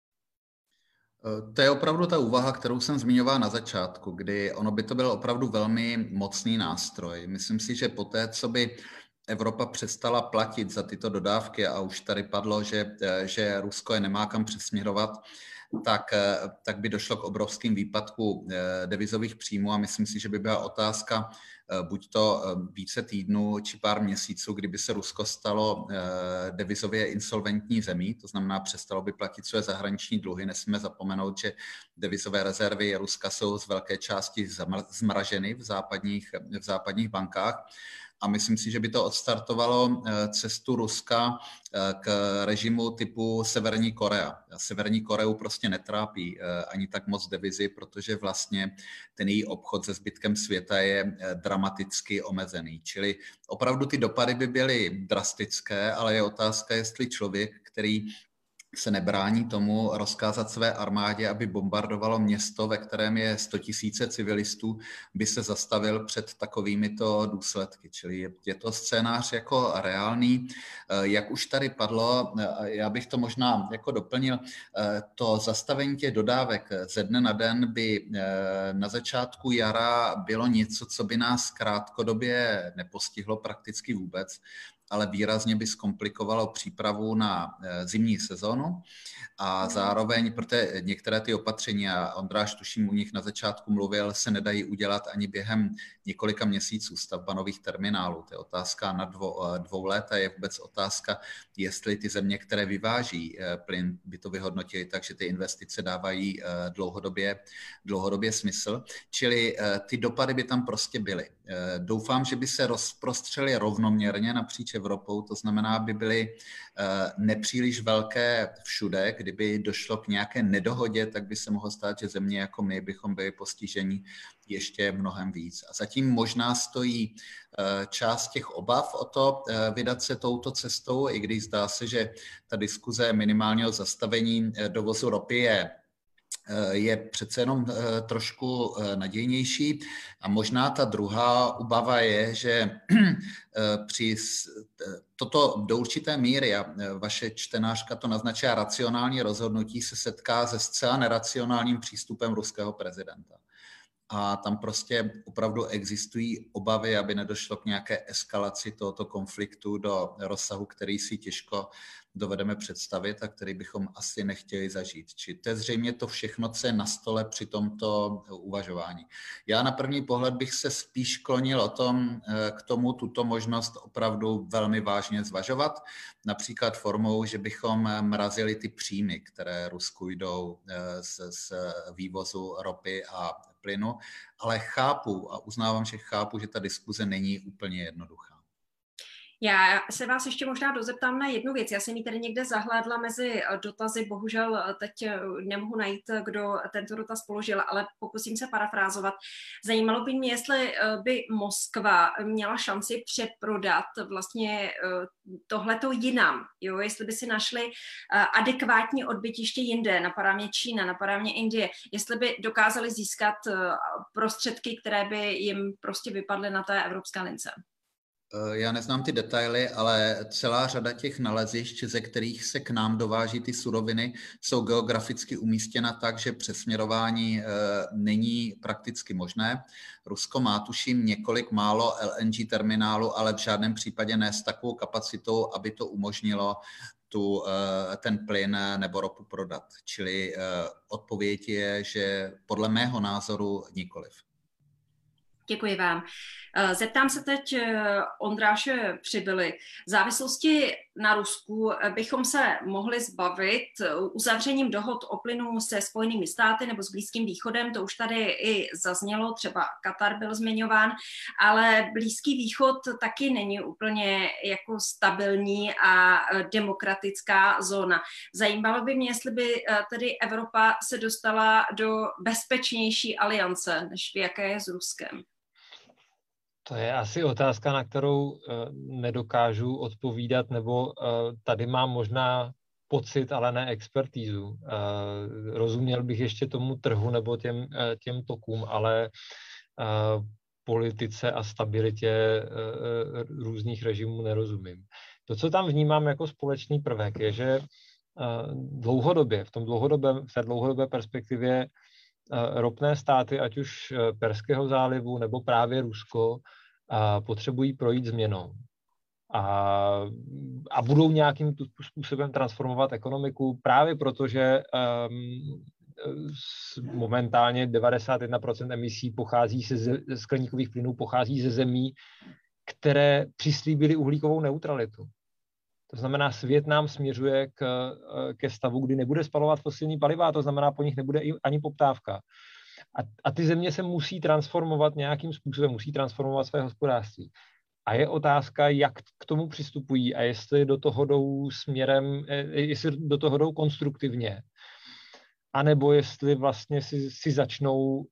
C: To je opravdu ta úvaha, kterou jsem zmiňoval na začátku, kdy ono by to byl opravdu velmi mocný nástroj. Myslím si, že poté, co by Evropa přestala platit za tyto dodávky a už tady padlo, že Rusko je nemá kam přesměrovat, tak by došlo k obrovským výpadku devizových příjmů a myslím si, že by byla otázka buď to více týdnů či pár měsíců, kdyby se Rusko stalo devizově insolventní zemí, to znamená přestalo by platit své zahraniční dluhy. Nesmíme zapomenout, že devizové rezervy Ruska jsou z velké části zmraženy v západních bankách. A myslím si, že by to odstartovalo cestu Ruska k režimu typu Severní Korea. Severní Koreu prostě netrápí ani tak moc devizy, protože vlastně ten její obchod se zbytkem světa je dramaticky omezený. Čili opravdu ty dopady by byly drastické, ale je otázka, jestli člověk, který se nebrání tomu rozkázat své armádě, aby bombardovalo město, ve kterém je 100 000 civilistů, by se zastavil před takovýmito důsledky. Čili je to scénář jako reálný. Jak už tady padlo, já bych to možná jako doplnil, to zastavení těch dodávek ze dne na den by na začátku jara bylo něco, co by nás krátkodobě nepostihlo prakticky vůbec, ale výrazně by zkomplikovalo přípravu na zimní sezónu a zároveň, protože některé ty opatření, a Ondráš tuším u nich na začátku mluvil, se nedají udělat ani během několika měsíců, stavba nových terminálů. To je otázka na 2 let a je vůbec otázka, jestli ty země, které vyváží plyn, by to vyhodnotili tak, že ty investice dávají dlouhodobě smysl. Čili ty dopady by tam prostě byly. Doufám, že by se rozprostřely rovnoměrně napříč Evropou, to znamená, aby byly nepříliš velké všude. Kdyby došlo k nějaké nedohodě, tak by se mohlo stát, že země jako my bychom byli postiženi ještě mnohem víc. A zatím možná stojí část těch obav o to vydat se touto cestou, i když zdá se, že ta diskuze minimálního zastavení dovozu ropy je přece jenom trošku nadějnější. A možná ta druhá obava je, že toto do určité míry, a vaše čtenářka to naznačila, racionální rozhodnutí se setká se zcela neracionálním přístupem ruského prezidenta. A tam prostě opravdu existují obavy, aby nedošlo k nějaké eskalaci tohoto konfliktu do rozsahu, který si těžko dovedeme představit a který bychom asi nechtěli zažít. Či to je zřejmě to všechno, co je na stole při tomto uvažování. Já na první pohled bych se spíš klonil k tomu tuto možnost opravdu velmi vážně zvažovat, například formou, že bychom mrazili ty příjmy, které Rusku jdou z vývozu ropy a plynu, ale chápu a uznávám, že chápu, že ta diskuze není úplně jednoduchá.
A: Já se vás ještě možná dozeptám na jednu věc. Já jsem ji tady někde zahlédla mezi dotazy, bohužel teď nemohu najít, kdo tento dotaz položil, ale pokusím se parafrázovat. Zajímalo by mě, jestli by Moskva měla šanci přeprodat vlastně tohleto jinam, jo? Jestli by si našli adekvátní odbytiště jinde, napadá mě Čína, napadá mě Indie, jestli by dokázali získat prostředky, které by jim prostě vypadly na té evropské lince.
C: Já neznám ty detaily, ale celá řada těch nalezišť, ze kterých se k nám dováží ty suroviny, jsou geograficky umístěna tak, že přesměrování není prakticky možné. Rusko má, tuším, několik málo LNG terminálů, ale v žádném případě ne s takovou kapacitou, aby to umožnilo ten plyn nebo ropu prodat. Čili odpověď je, že podle mého názoru nikoliv.
A: Děkuji vám. Zeptám se teď Ondráše Přibyly. V závislosti na Rusku bychom se mohli zbavit uzavřením dohod o plynu se Spojenými státy nebo s Blízkým východem, to už tady i zaznělo, třeba Katar byl zmiňován, ale Blízký východ taky není úplně jako stabilní a demokratická zóna. Zajímalo by mě, jestli by tedy Evropa se dostala do bezpečnější aliance, než v jaké je s Ruskem.
D: To je asi otázka, na kterou nedokážu odpovídat, nebo tady mám možná pocit, ale ne expertízu. Rozuměl bych ještě tomu trhu nebo těm tokům, ale politice a stabilitě různých režimů nerozumím. To, co tam vnímám jako společný prvek, je, že dlouhodobě, v té dlouhodobé perspektivě ropné státy, ať už Perského zálivu nebo právě Rusko, potřebují projít změnou. A budou nějakým způsobem transformovat ekonomiku právě proto, že momentálně 91% emisí pochází ze skleníkových plynů pochází ze zemí, které přislíbily uhlíkovou neutralitu. To znamená, svět nám směřuje ke stavu, kdy nebude spalovat fosilní paliva, to znamená, po nich nebude ani poptávka. A ty země se musí transformovat nějakým způsobem, musí transformovat své hospodářství. A je otázka, jak k tomu přistupují a jestli do toho jdou směrem, jestli do toho jdou konstruktivně, anebo jestli vlastně si začnou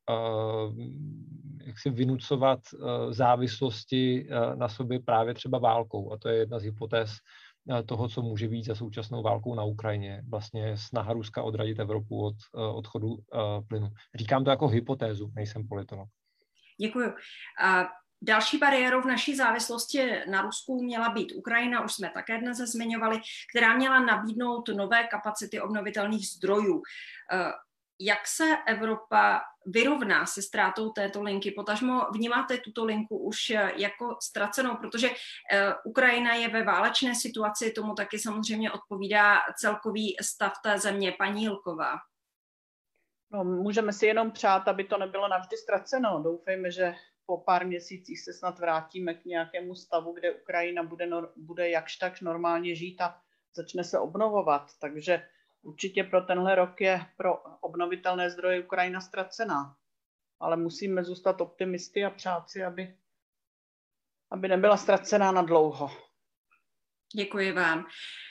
D: vynucovat závislosti na sobě právě třeba válkou. A to je jedna z hypotéz toho, co může být za současnou válkou na Ukrajině. Vlastně snaha Ruska odradit Evropu od odchodu plynu. Říkám to jako hypotézu, nejsem politolog.
A: Děkuju. Další bariérou v naší závislosti na Rusku měla být Ukrajina, už jsme také dnes zmiňovali, která měla nabídnout nové kapacity obnovitelných zdrojů. Jak se Evropa vyrovná se ztrátou této linky? Potažmo vnímáte tuto linku už jako ztracenou, protože Ukrajina je ve válečné situaci, tomu taky samozřejmě odpovídá celkový stav té země. Paní Jilková.
B: No, můžeme si jenom přát, aby to nebylo navždy ztraceno. Doufejme, že po pár měsících se snad vrátíme k nějakému stavu, kde Ukrajina bude jakž takž normálně žít a začne se obnovovat. Takže určitě pro tenhle rok je pro obnovitelné zdroje Ukrajina ztracená. Ale musíme zůstat optimisty a přát si, aby nebyla ztracená na dlouho.
A: Děkuji vám.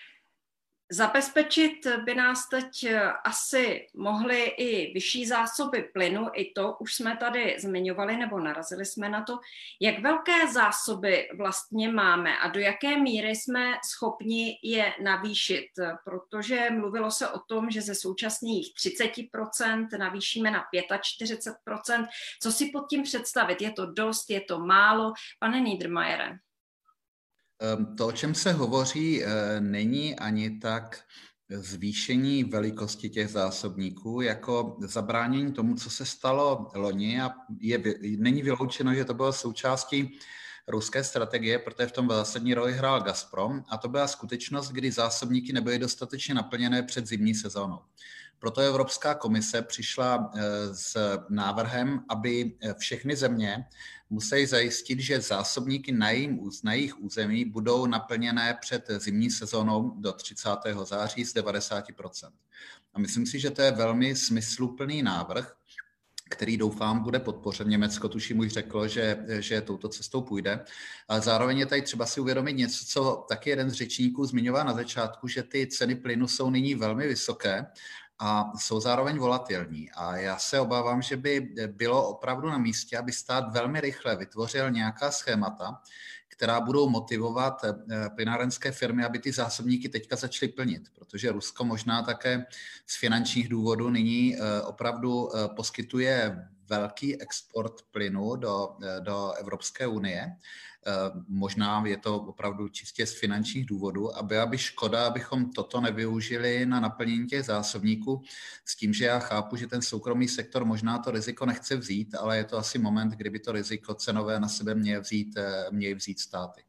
A: Zabezpečit by nás teď asi mohly i vyšší zásoby plynu, i to už jsme tady zmiňovali nebo narazili jsme na to. Jak velké zásoby vlastně máme a do jaké míry jsme schopni je navýšit? Protože mluvilo se o tom, že ze současných 30% navýšíme na 45%. Co si pod tím představit? Je to dost, je to málo? Pane Niedermayere.
C: To, o čem se hovoří, není ani tak zvýšení velikosti těch zásobníků, jako zabránění tomu, co se stalo loni a není vyloučeno, že to bylo součástí ruské strategie, protože v tom zásadní roli hrál Gazprom a to byla skutečnost, kdy zásobníky nebyly dostatečně naplněné před zimní sezónou. Proto Evropská komise přišla s návrhem, aby všechny země musí zajistit, že zásobníky na jejich území budou naplněné před zimní sezónou do 30. září z 90%. A myslím si, že to je velmi smysluplný návrh, který doufám bude podpořen. Německo tuším už řeklo, že touto cestou půjde. Ale zároveň je tady třeba si uvědomit něco, co taky jeden z řečníků zmiňoval na začátku, že ty ceny plynu jsou nyní velmi vysoké a jsou zároveň volatilní. A já se obávám, že by bylo opravdu na místě, aby stát velmi rychle vytvořil nějaká schémata, která budou motivovat plynárenské firmy, aby ty zásobníky teďka začaly plnit, protože Rusko možná také z finančních důvodů nyní opravdu poskytuje velký export plynu do Evropské unie. Možná je to opravdu čistě z finančních důvodů, aby škoda, abychom toto nevyužili na naplnění těch zásobníků, s tím, že já chápu, že ten soukromý sektor možná to riziko nechce vzít, ale je to asi moment, kdyby to riziko cenové na sebe měly vzít státy.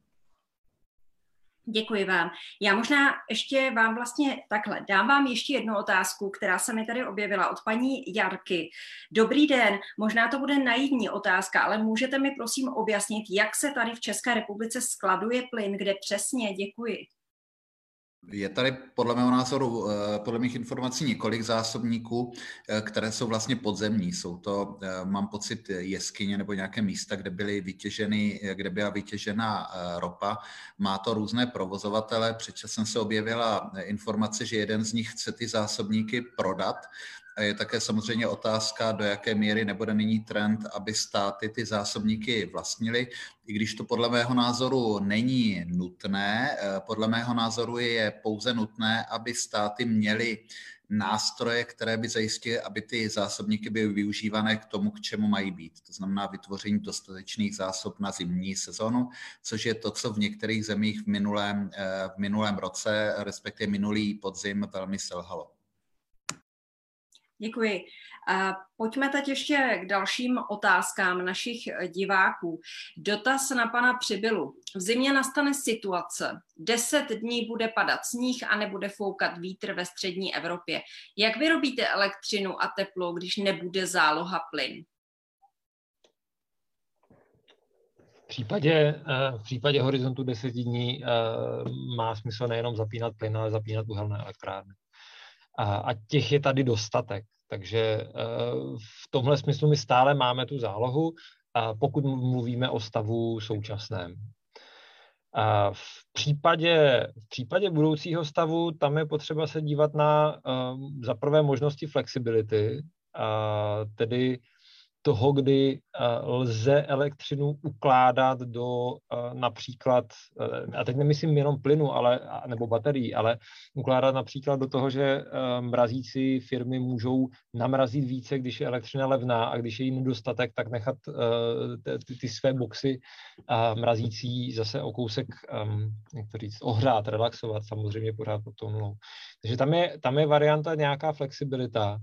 A: Děkuji vám. Já možná ještě vám vlastně takhle dám vám ještě jednu otázku, která se mi tady objevila od paní Jarky. Dobrý den, možná to bude naivní otázka, ale můžete mi prosím objasnit, jak se tady v České republice skladuje plyn, kde přesně? Děkuji.
C: Je tady podle mého názoru, podle mých informací několik zásobníků, které jsou vlastně podzemní. Jsou to, mám pocit, jeskyně nebo nějaké místa, kde byla vytěžena ropa. Má to různé provozovatele. Předčasem se objevila informace, že jeden z nich chce ty zásobníky prodat. Je také samozřejmě otázka, do jaké míry nebude nyní trend, aby státy ty zásobníky vlastnily, i když to podle mého názoru není nutné. Podle mého názoru je pouze nutné, aby státy měly nástroje, které by zajistily, aby ty zásobníky byly využívané k tomu, k čemu mají být. To znamená vytvoření dostatečných zásob na zimní sezonu, což je to, co v některých zemích v minulém roce, respektive minulý podzim, velmi selhalo.
A: Děkuji. Pojďme teď ještě k dalším otázkám našich diváků. Dotaz na pana Přibylu. V zimě nastane situace. 10 dní bude padat sníh a nebude foukat vítr ve střední Evropě. Jak vyrobíte elektřinu a teplo, když nebude záloha plyn?
D: V případě horizontu 10 dní má smysl nejenom zapínat plyn, ale zapínat uhelné elektrárny. A těch je tady dostatek. Takže v tomhle smyslu my stále máme tu zálohu, pokud mluvíme o stavu současném. V případě budoucího stavu tam je potřeba se dívat na za prvé možnosti flexibility, tedy toho, kdy lze elektřinu ukládat do například, a teď nemyslím jenom plynu nebo baterií, ale ukládat například do toho, že mrazící firmy můžou namrazit více, když je elektřina levná, a když je jí nedostatek, tak nechat ty své boxy mrazící zase o kousek, jak to říct, ohřát, relaxovat, samozřejmě pořád pod tou nulou. Takže tam je varianta nějaká flexibilita.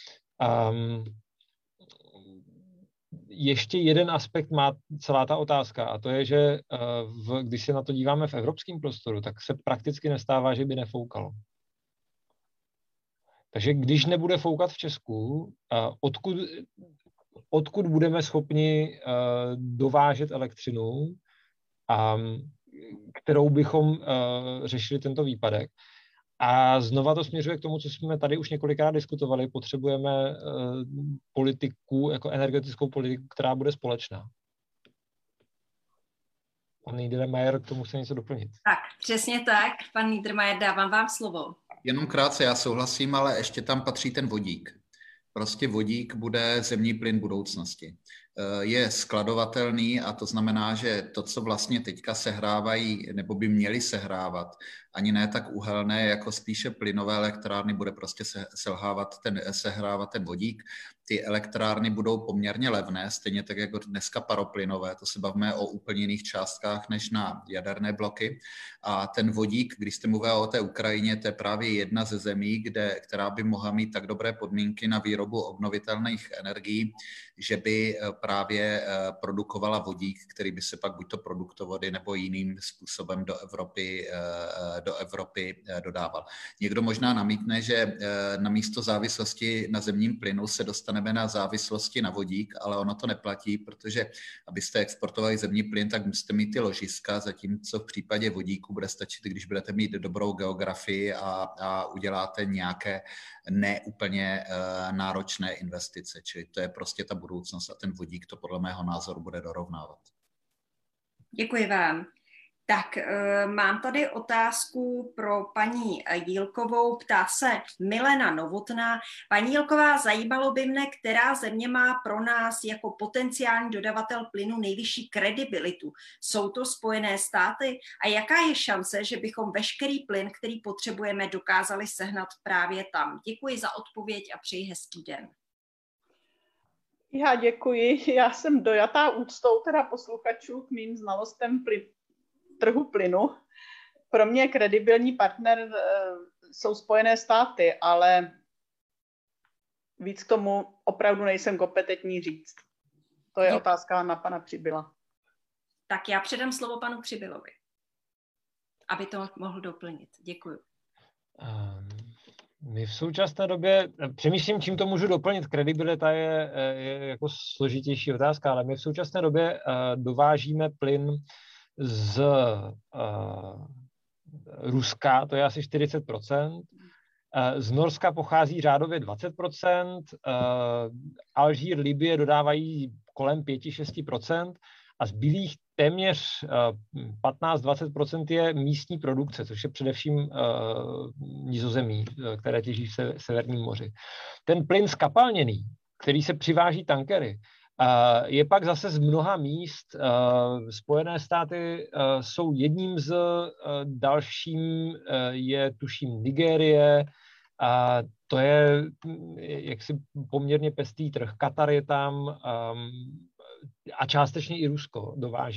D: Ještě jeden aspekt má celá ta otázka, a to je, že když se na to díváme v evropském prostoru, tak se prakticky nestává, že by nefoukalo. Takže když nebude foukat v Česku, odkud budeme schopni dovážet elektřinu, kterou bychom řešili tento výpadek. A znova to směřuje k tomu, co jsme tady už několikrát diskutovali. Potřebujeme politiku, jako energetickou politiku, která bude společná. Pan Niedermayer k tomu chce něco doplnit.
A: Tak, přesně tak. Pan Niedermayer, dávám vám slovo.
C: Jenom krátce, já souhlasím, ale ještě tam patří ten vodík. Prostě vodík bude zemní plyn budoucnosti. Je skladovatelný a to znamená, že to, co vlastně teďka sehrávají, nebo by měli sehrávat, ani ne tak uhelné, jako spíše plynové elektrárny, bude prostě sehrávat ten vodík. Ty elektrárny budou poměrně levné, stejně tak jako dneska paroplynové, to se bavíme o úplně jiných částkách než na jaderné bloky. A ten vodík, když jste mluvil o té Ukrajině, to je právě jedna ze zemí, která by mohla mít tak dobré podmínky na výrobu obnovitelných energií, že by právě produkovala vodík, který by se pak buď to produktovody nebo jiným způsobem do Evropy dodával. Někdo možná namítne, že na místo závislosti na zemním plynu se dostaneme na závislosti na vodík, ale ono to neplatí, protože abyste exportovali zemní plyn, tak musíte mít ty ložiska, zatímco v případě vodíku bude stačit, když budete mít dobrou geografii a uděláte nějaké neúplně náročné investice. Čili to je prostě ta budoucnost a ten vodík to podle mého názoru bude dorovnávat.
A: Děkuji vám. Tak mám tady otázku pro paní Jílkovou. Ptá se Milena Novotná. Paní Jílková, zajímalo by mne, která země má pro nás jako potenciální dodavatel plynu nejvyšší kredibilitu. Jsou to Spojené státy? A jaká je šance, že bychom veškerý plyn, který potřebujeme, dokázali sehnat právě tam? Děkuji za odpověď a přeji hezký den.
B: Já děkuji. Já jsem dojatá úctou teda posluchačů k mým znalostem trhu plynu. Pro mě kredibilní partner jsou Spojené státy, ale víc k tomu opravdu nejsem kompetentní říct. To je otázka na pana Přibyla.
A: Tak já předám slovo panu Přibylovi, aby to mohl doplnit. Děkuji.
D: My v současné době, přemýšlím, čím to můžu doplnit, kredibilita je jako složitější otázka, ale my v současné době dovážíme plyn z Ruska, to je asi 40%, z Norska pochází řádově 20%, Alžír, Libye dodávají kolem 5-6% a zbylých téměř 15-20% je místní produkce, což je především Nizozemí, které těží v Severním moři. Ten plyn skapalněný, který se přiváží tankery, je pak zase z mnoha míst. Spojené státy jsou jedním z dalším, je tuším Nigérie, a to je jaksi poměrně pestý trh. Katar je tam a částečně i Rusko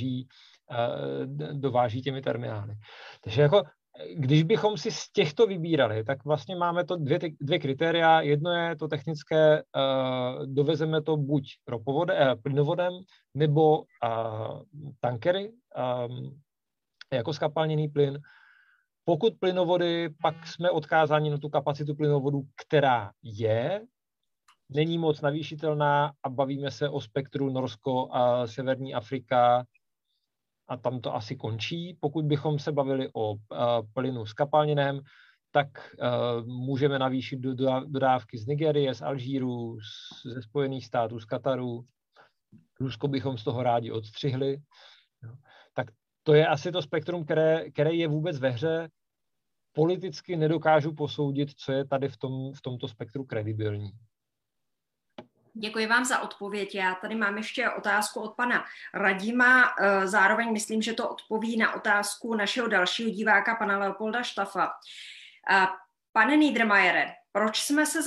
D: dováží těmi terminály. Takže jako když bychom si z těchto vybírali, tak vlastně máme to dvě kritéria. Jedno je to technické, dovezeme to buď plynovodem nebo tankery jako skapalněný plyn. Pokud plynovody, pak jsme odkázáni na tu kapacitu plynovodu, která není moc navýšitelná a bavíme se o spektru Norsko a Severní Afrika, a tam to asi končí. Pokud bychom se bavili o plynu skapalněném, tak můžeme navýšit dodávky z Nigérie, z Alžíru, ze Spojených států, z Kataru. Rusko bychom z toho rádi odstřihli. Tak to je asi to spektrum, které je vůbec ve hře. Politicky nedokážu posoudit, co je tady v tomto spektru kredibilní.
A: Děkuji vám za odpověď. Já tady mám ještě otázku od pana Radima. Zároveň myslím, že to odpoví na otázku našeho dalšího diváka, pana Leopolda Štafa. Pane Niedermayere, proč jsme se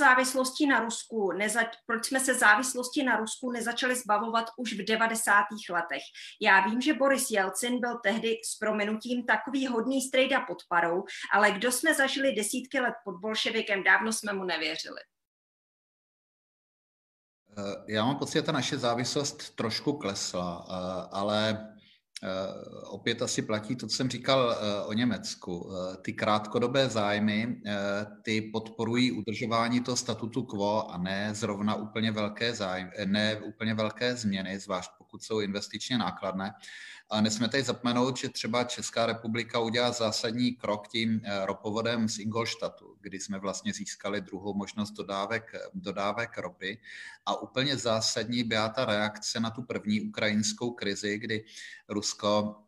A: závislosti na Rusku nezačali zbavovat už v 90. letech? Já vím, že Boris Jelcin byl tehdy s prominutím takový hodný strejda pod parou, ale kdo jsme zažili desítky let pod bolševikem, dávno jsme mu nevěřili.
C: Já mám pocit, že ta naše závislost trošku klesla, ale opět asi platí to, co jsem říkal o Německu. Ty krátkodobé zájmy, ty podporují udržování toho statutu quo a ne zrovna úplně velké změny, zvlášť pokud jsou investičně nákladné. A nesmíme tady zapomenout, že třeba Česká republika udělala zásadní krok tím ropovodem z Ingolstadtu, kdy jsme vlastně získali druhou možnost dodávek ropy. A úplně zásadní byla ta reakce na tu první ukrajinskou krizi, kdy Rusko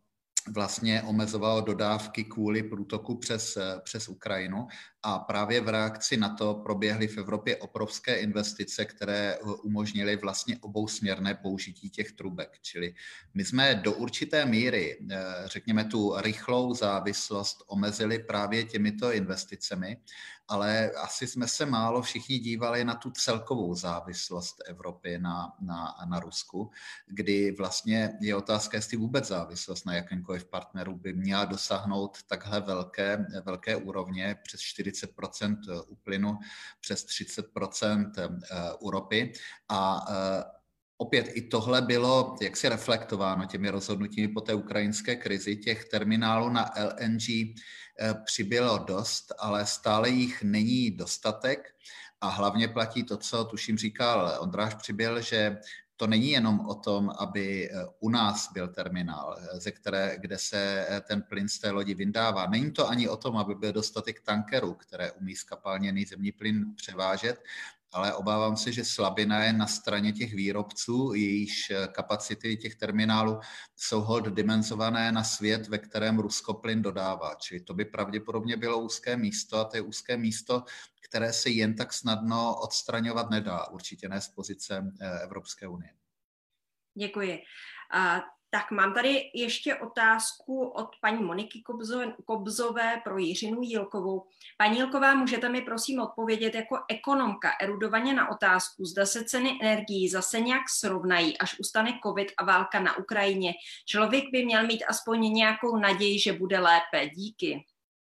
C: vlastně omezovalo dodávky kvůli průtoku přes Ukrajinu a právě v reakci na to proběhly v Evropě obrovské investice, které umožnily vlastně obousměrné použití těch trubek. Čili my jsme do určité míry, řekněme, tu rychlou závislost omezili právě těmito investicemi, ale asi jsme se málo všichni dívali na tu celkovou závislost Evropy na Rusku, kdy vlastně je otázka, jestli vůbec závislost na jakémkoliv partneru by měla dosáhnout takhle velké úrovně, přes 40% u plynu, přes 30% u ropy. A opět i tohle bylo jaksi reflektováno těmi rozhodnutími po té ukrajinské krizi. Těch terminálů na LNG přibylo dost, ale stále jich není dostatek a hlavně platí to, co tuším říkal Ondráš Přibyl, že to není jenom o tom, aby u nás byl terminál, kde se ten plyn z té lodi vyndává. Není to ani o tom, aby byl dostatek tankerů, které umí skapalněný zemní plyn převážet, ale obávám se, že slabina je na straně těch výrobců, jejichž kapacity těch terminálů jsou hold dimenzované na svět, ve kterém Rusko plyn dodává. Čili to by pravděpodobně bylo úzké místo a to je úzké místo, které se jen tak snadno odstraňovat nedá, určitě ne z pozice Evropské unie.
A: Děkuji. Tak mám tady ještě otázku od paní Moniky Kobzové pro Jiřinu Jílkovou. Paní Jílková, můžete mi prosím odpovědět jako ekonomka erudovaně na otázku, zda se ceny energií zase nějak srovnají, až ustane covid a válka na Ukrajině. Člověk by měl mít aspoň nějakou naději, že bude lépe. Díky.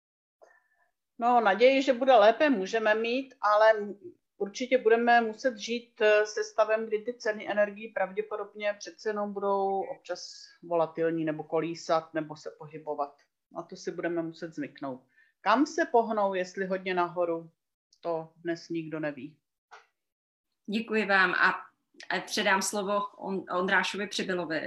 B: No, naději, že bude lépe, můžeme mít, ale určitě budeme muset žít se stavem, kdy ty ceny energií pravděpodobně přece jenom budou občas volatilní nebo kolísat nebo se pohybovat. Na to si budeme muset zvyknout. Kam se pohnou, jestli hodně nahoru, to dnes nikdo neví.
A: Děkuji vám a předám slovo Ondrášovi Přibylovi.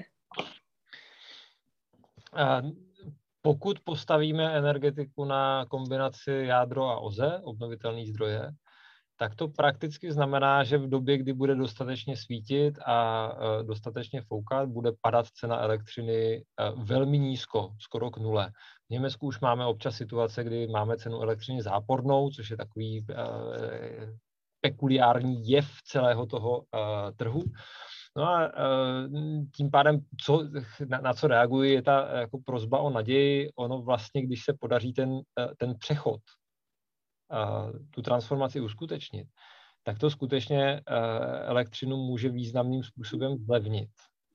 D: Pokud postavíme energetiku na kombinaci jádro a OZE, obnovitelné zdroje, tak to prakticky znamená, že v době, kdy bude dostatečně svítit a dostatečně foukat, bude padat cena elektřiny velmi nízko, skoro k nule. V Německu už máme občas situace, kdy máme cenu elektřiny zápornou, což je takový pekuliární jev celého toho trhu. No a tím pádem, na co reaguji, je ta jako prosba o naději. Ono vlastně, když se podaří ten přechod, tu transformaci uskutečnit, tak to skutečně elektřinu může významným způsobem zlevnit.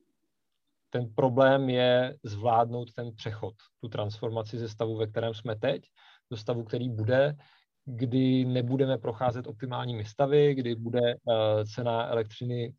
D: Ten problém je zvládnout ten přechod, tu transformaci ze stavu, ve kterém jsme teď, do stavu, který bude, kdy nebudeme procházet optimálními stavy, kdy bude cena elektřiny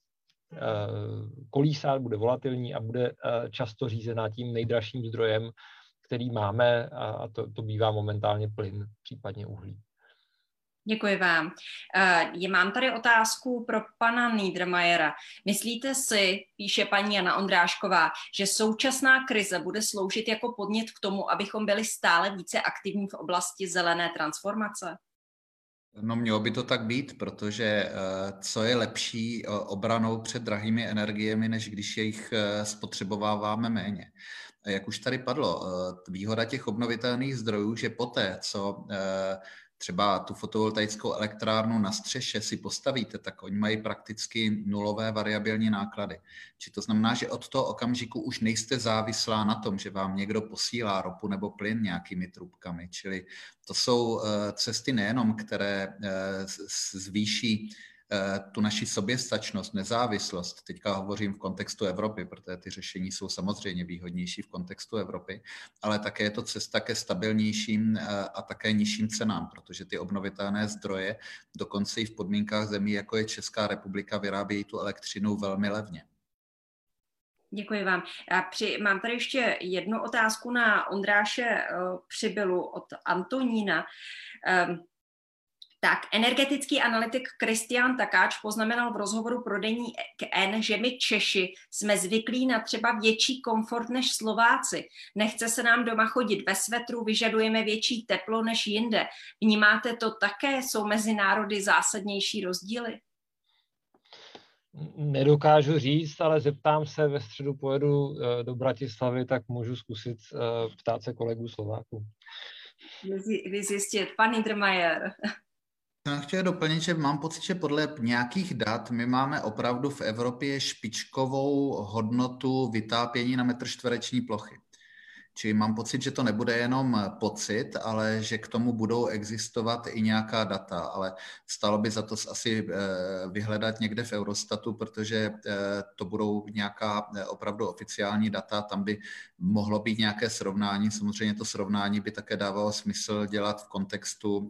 D: kolísat, bude volatilní a bude často řízená tím nejdražším zdrojem, který máme, a to bývá momentálně plyn, případně uhlí.
A: Děkuji vám. Mám tady otázku pro pana Niedermayera. Myslíte si, píše paní Jana Ondrášková, že současná krize bude sloužit jako podnět k tomu, abychom byli stále více aktivní v oblasti zelené transformace?
C: No, mělo by to tak být, protože co je lepší obranou před drahými energiemi, než když jejich spotřebováváme méně. Jak už tady padlo, výhoda těch obnovitelných zdrojů, že poté, co třeba tu fotovoltaickou elektrárnu na střeše si postavíte, tak oni mají prakticky nulové variabilní náklady. Či to znamená, že od toho okamžiku už nejste závislá na tom, že vám někdo posílá ropu nebo plyn nějakými trubkami. Čili to jsou cesty nejenom, které zvýší tu naši soběstačnost, nezávislost. Teďka hovořím v kontextu Evropy, protože ty řešení jsou samozřejmě výhodnější v kontextu Evropy, ale také je to cesta ke stabilnějším a také nižším cenám, protože ty obnovitelné zdroje dokonce i v podmínkách zemí, jako je Česká republika, vyrábějí tu elektřinu velmi levně.
A: Děkuji vám. Mám tady ještě jednu otázku na Ondráše Přibylu od Antonína. Tak, energetický analytik Kristián Takáč poznamenal v rozhovoru pro deník N, že my Češi jsme zvyklí na třeba větší komfort než Slováci. Nechce se nám doma chodit ve svetru, vyžadujeme větší teplo než jinde. Vnímáte to také? Jsou mezi národy zásadnější rozdíly?
D: Nedokážu říct, ale zeptám se, ve středu pojedu do Bratislavy, tak můžu zkusit ptát se kolegů Slováků.
A: Vyzjistit. Pan Niedermayer.
C: Já chtěl doplnit, že mám pocit, že podle nějakých dat my máme opravdu v Evropě špičkovou hodnotu vytápění na metr čtvereční plochy. Čili mám pocit, že to nebude jenom pocit, ale že k tomu budou existovat i nějaká data, ale stálo by za to asi vyhledat někde v Eurostatu, protože to budou nějaká opravdu oficiální data, tam by mohlo být nějaké srovnání. Samozřejmě to srovnání by také dávalo smysl dělat v kontextu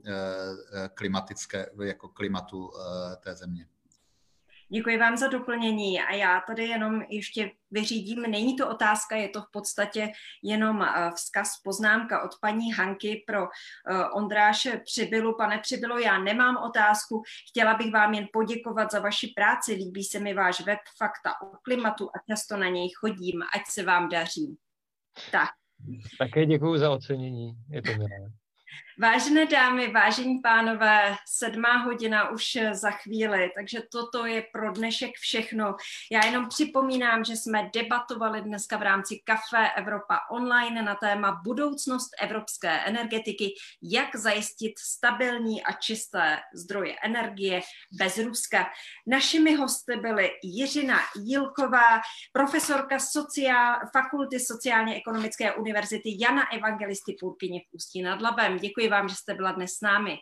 C: klimatu té země.
A: Děkuji vám za doplnění a já tady jenom ještě vyřídím, není to otázka, je to v podstatě jenom vzkaz, poznámka od paní Hanky pro Ondráše Přibylu. Pane Přibylo, já nemám otázku, chtěla bych vám jen poděkovat za vaši práci, líbí se mi váš web Fakta o klimatu a často na něj chodím, ať se vám daří. Tak.
D: Také děkuji za ocenění, je to milé.
A: Vážené dámy, vážení pánové, 7. hodina už za chvíli, takže toto je pro dnešek všechno. Já jenom připomínám, že jsme debatovali dneska v rámci Café Evropa online na téma budoucnost evropské energetiky, jak zajistit stabilní a čisté zdroje energie bez Ruska. Našimi hosty byly Jiřina Jílková, profesorka Fakulty sociálně-ekonomické univerzity Jana Evangelisty Purkyně v Ústí nad Labem. Děkuji vám, že jste byla dnes s námi.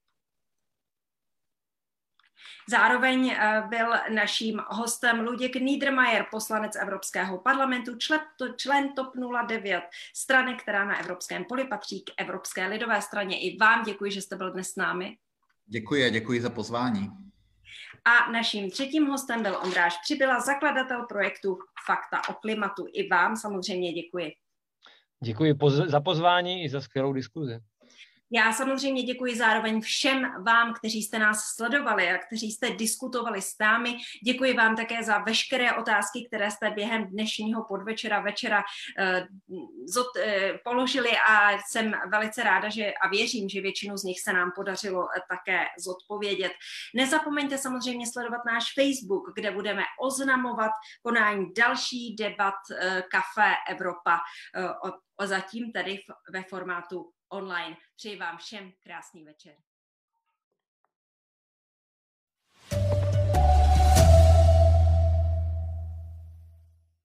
A: Zároveň byl naším hostem Luděk Niedermayer, poslanec Evropského parlamentu, člen TOP 09, strany, která na evropském poli patří k Evropské lidové straně. I vám děkuji, že jste byl dnes s námi.
C: Děkuji za pozvání.
A: A naším třetím hostem byl Ondráš Přibyla, zakladatel projektu Fakta o klimatu. I vám samozřejmě děkuji.
D: Děkuji za pozvání i za skvělou diskuzi.
A: Já samozřejmě děkuji zároveň všem vám, kteří jste nás sledovali a kteří jste diskutovali s námi. Děkuji vám také za veškeré otázky, které jste během dnešního podvečera, večera položili a jsem velice ráda, a věřím, že většinu z nich se nám podařilo také zodpovědět. Nezapomeňte samozřejmě sledovat náš Facebook, kde budeme oznamovat konání další debat Café Evropa, zatím tedy ve formátu online. Přeji vám všem krásný večer.